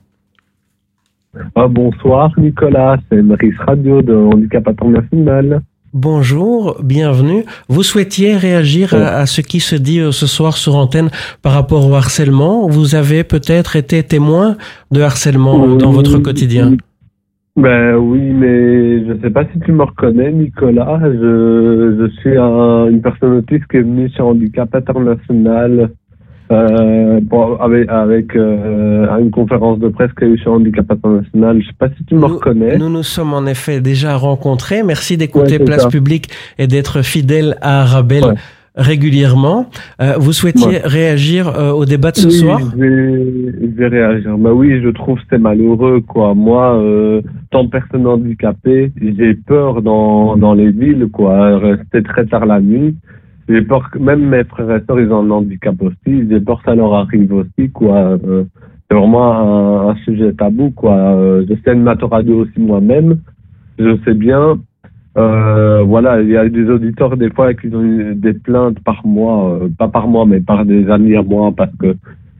Ah, bonsoir Nicolas, c'est Maurice Radio de Handicap International. Bonjour, bienvenue. Vous souhaitiez réagir à, à ce qui se dit ce soir sur antenne par rapport au harcèlement. Vous avez peut-être été témoin de harcèlement oui, dans votre quotidien. Ben oui, mais je ne sais pas si tu me reconnais, Nicolas. Je, je suis un, une personne autiste qui est venue sur Handicap International euh, pour, avec, avec euh, une conférence de presse qu'il y a eu sur Handicap International. Je ne sais pas si tu me nous, reconnais. Nous nous sommes en effet déjà rencontrés. Merci d'écouter ouais, Place ça. Publique et d'être fidèle à Arabelle. Ouais. Régulièrement. Euh, vous souhaitiez ouais. réagir euh, au débat de ce oui, soir ? je vais, je vais réagir. Bah oui, je trouve que c'est malheureux, quoi. Moi, euh, tant de personnes handicapées, j'ai peur dans, dans les villes, quoi. Rester très tard la nuit. J'ai peur que même mes frères et sœurs, ils ont un handicap aussi. J'ai peur que ça leur arrive aussi, quoi. Euh, c'est vraiment un, un sujet tabou, quoi. Euh, je sais animateur radio aussi moi-même. Je sais bien. Euh, voilà, il y a des auditeurs des fois qui ont eu des plaintes par mois, euh, pas par mois, mais par des amis à moi, parce que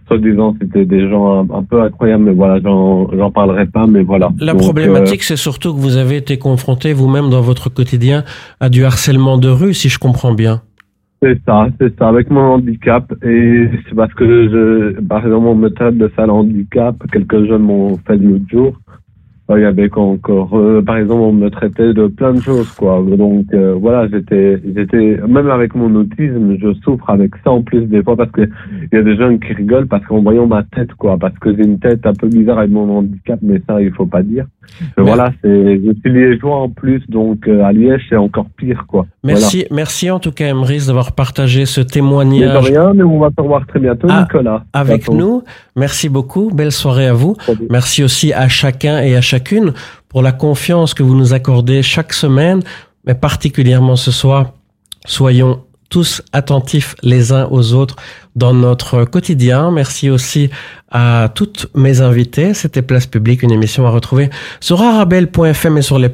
soi-disant c'était des gens un, un peu incroyables, mais voilà, j'en, j'en parlerai pas, mais voilà. La Donc, problématique, euh, c'est surtout que vous avez été confronté vous-même dans votre quotidien à du harcèlement de rue, si je comprends bien. C'est ça, c'est ça, avec mon handicap, et c'est parce que je, par exemple, on me traite de sale handicap, quelques jeunes m'ont fait de l'autre jour. Il y avait encore, euh, par exemple, on me traitait de plein de choses, quoi. Donc euh, voilà, j'étais, j'étais, même avec mon autisme, je souffre avec ça en plus des fois parce que il y a des gens qui rigolent parce qu'en voyant ma tête, quoi, parce que j'ai une tête un peu bizarre avec mon handicap, mais ça, il faut pas dire. Mais voilà, c'est, je suis liégeois en plus, donc euh, à Liège, c'est encore pire, quoi. Merci, Voilà. merci en tout cas, Emrys, d'avoir partagé ce Mais de témoignage. rien, mais on va se revoir très bientôt, Ah, Nicolas. avec Bientôt. nous. Merci beaucoup. Belle soirée à vous. Merci aussi à chacun et à chacune pour la confiance que vous nous accordez chaque semaine, mais particulièrement ce soir. Soyons tous attentifs les uns aux autres dans notre quotidien. Merci aussi à toutes mes invités. C'était Place Publique, une émission à retrouver sur arabelle point f m et sur les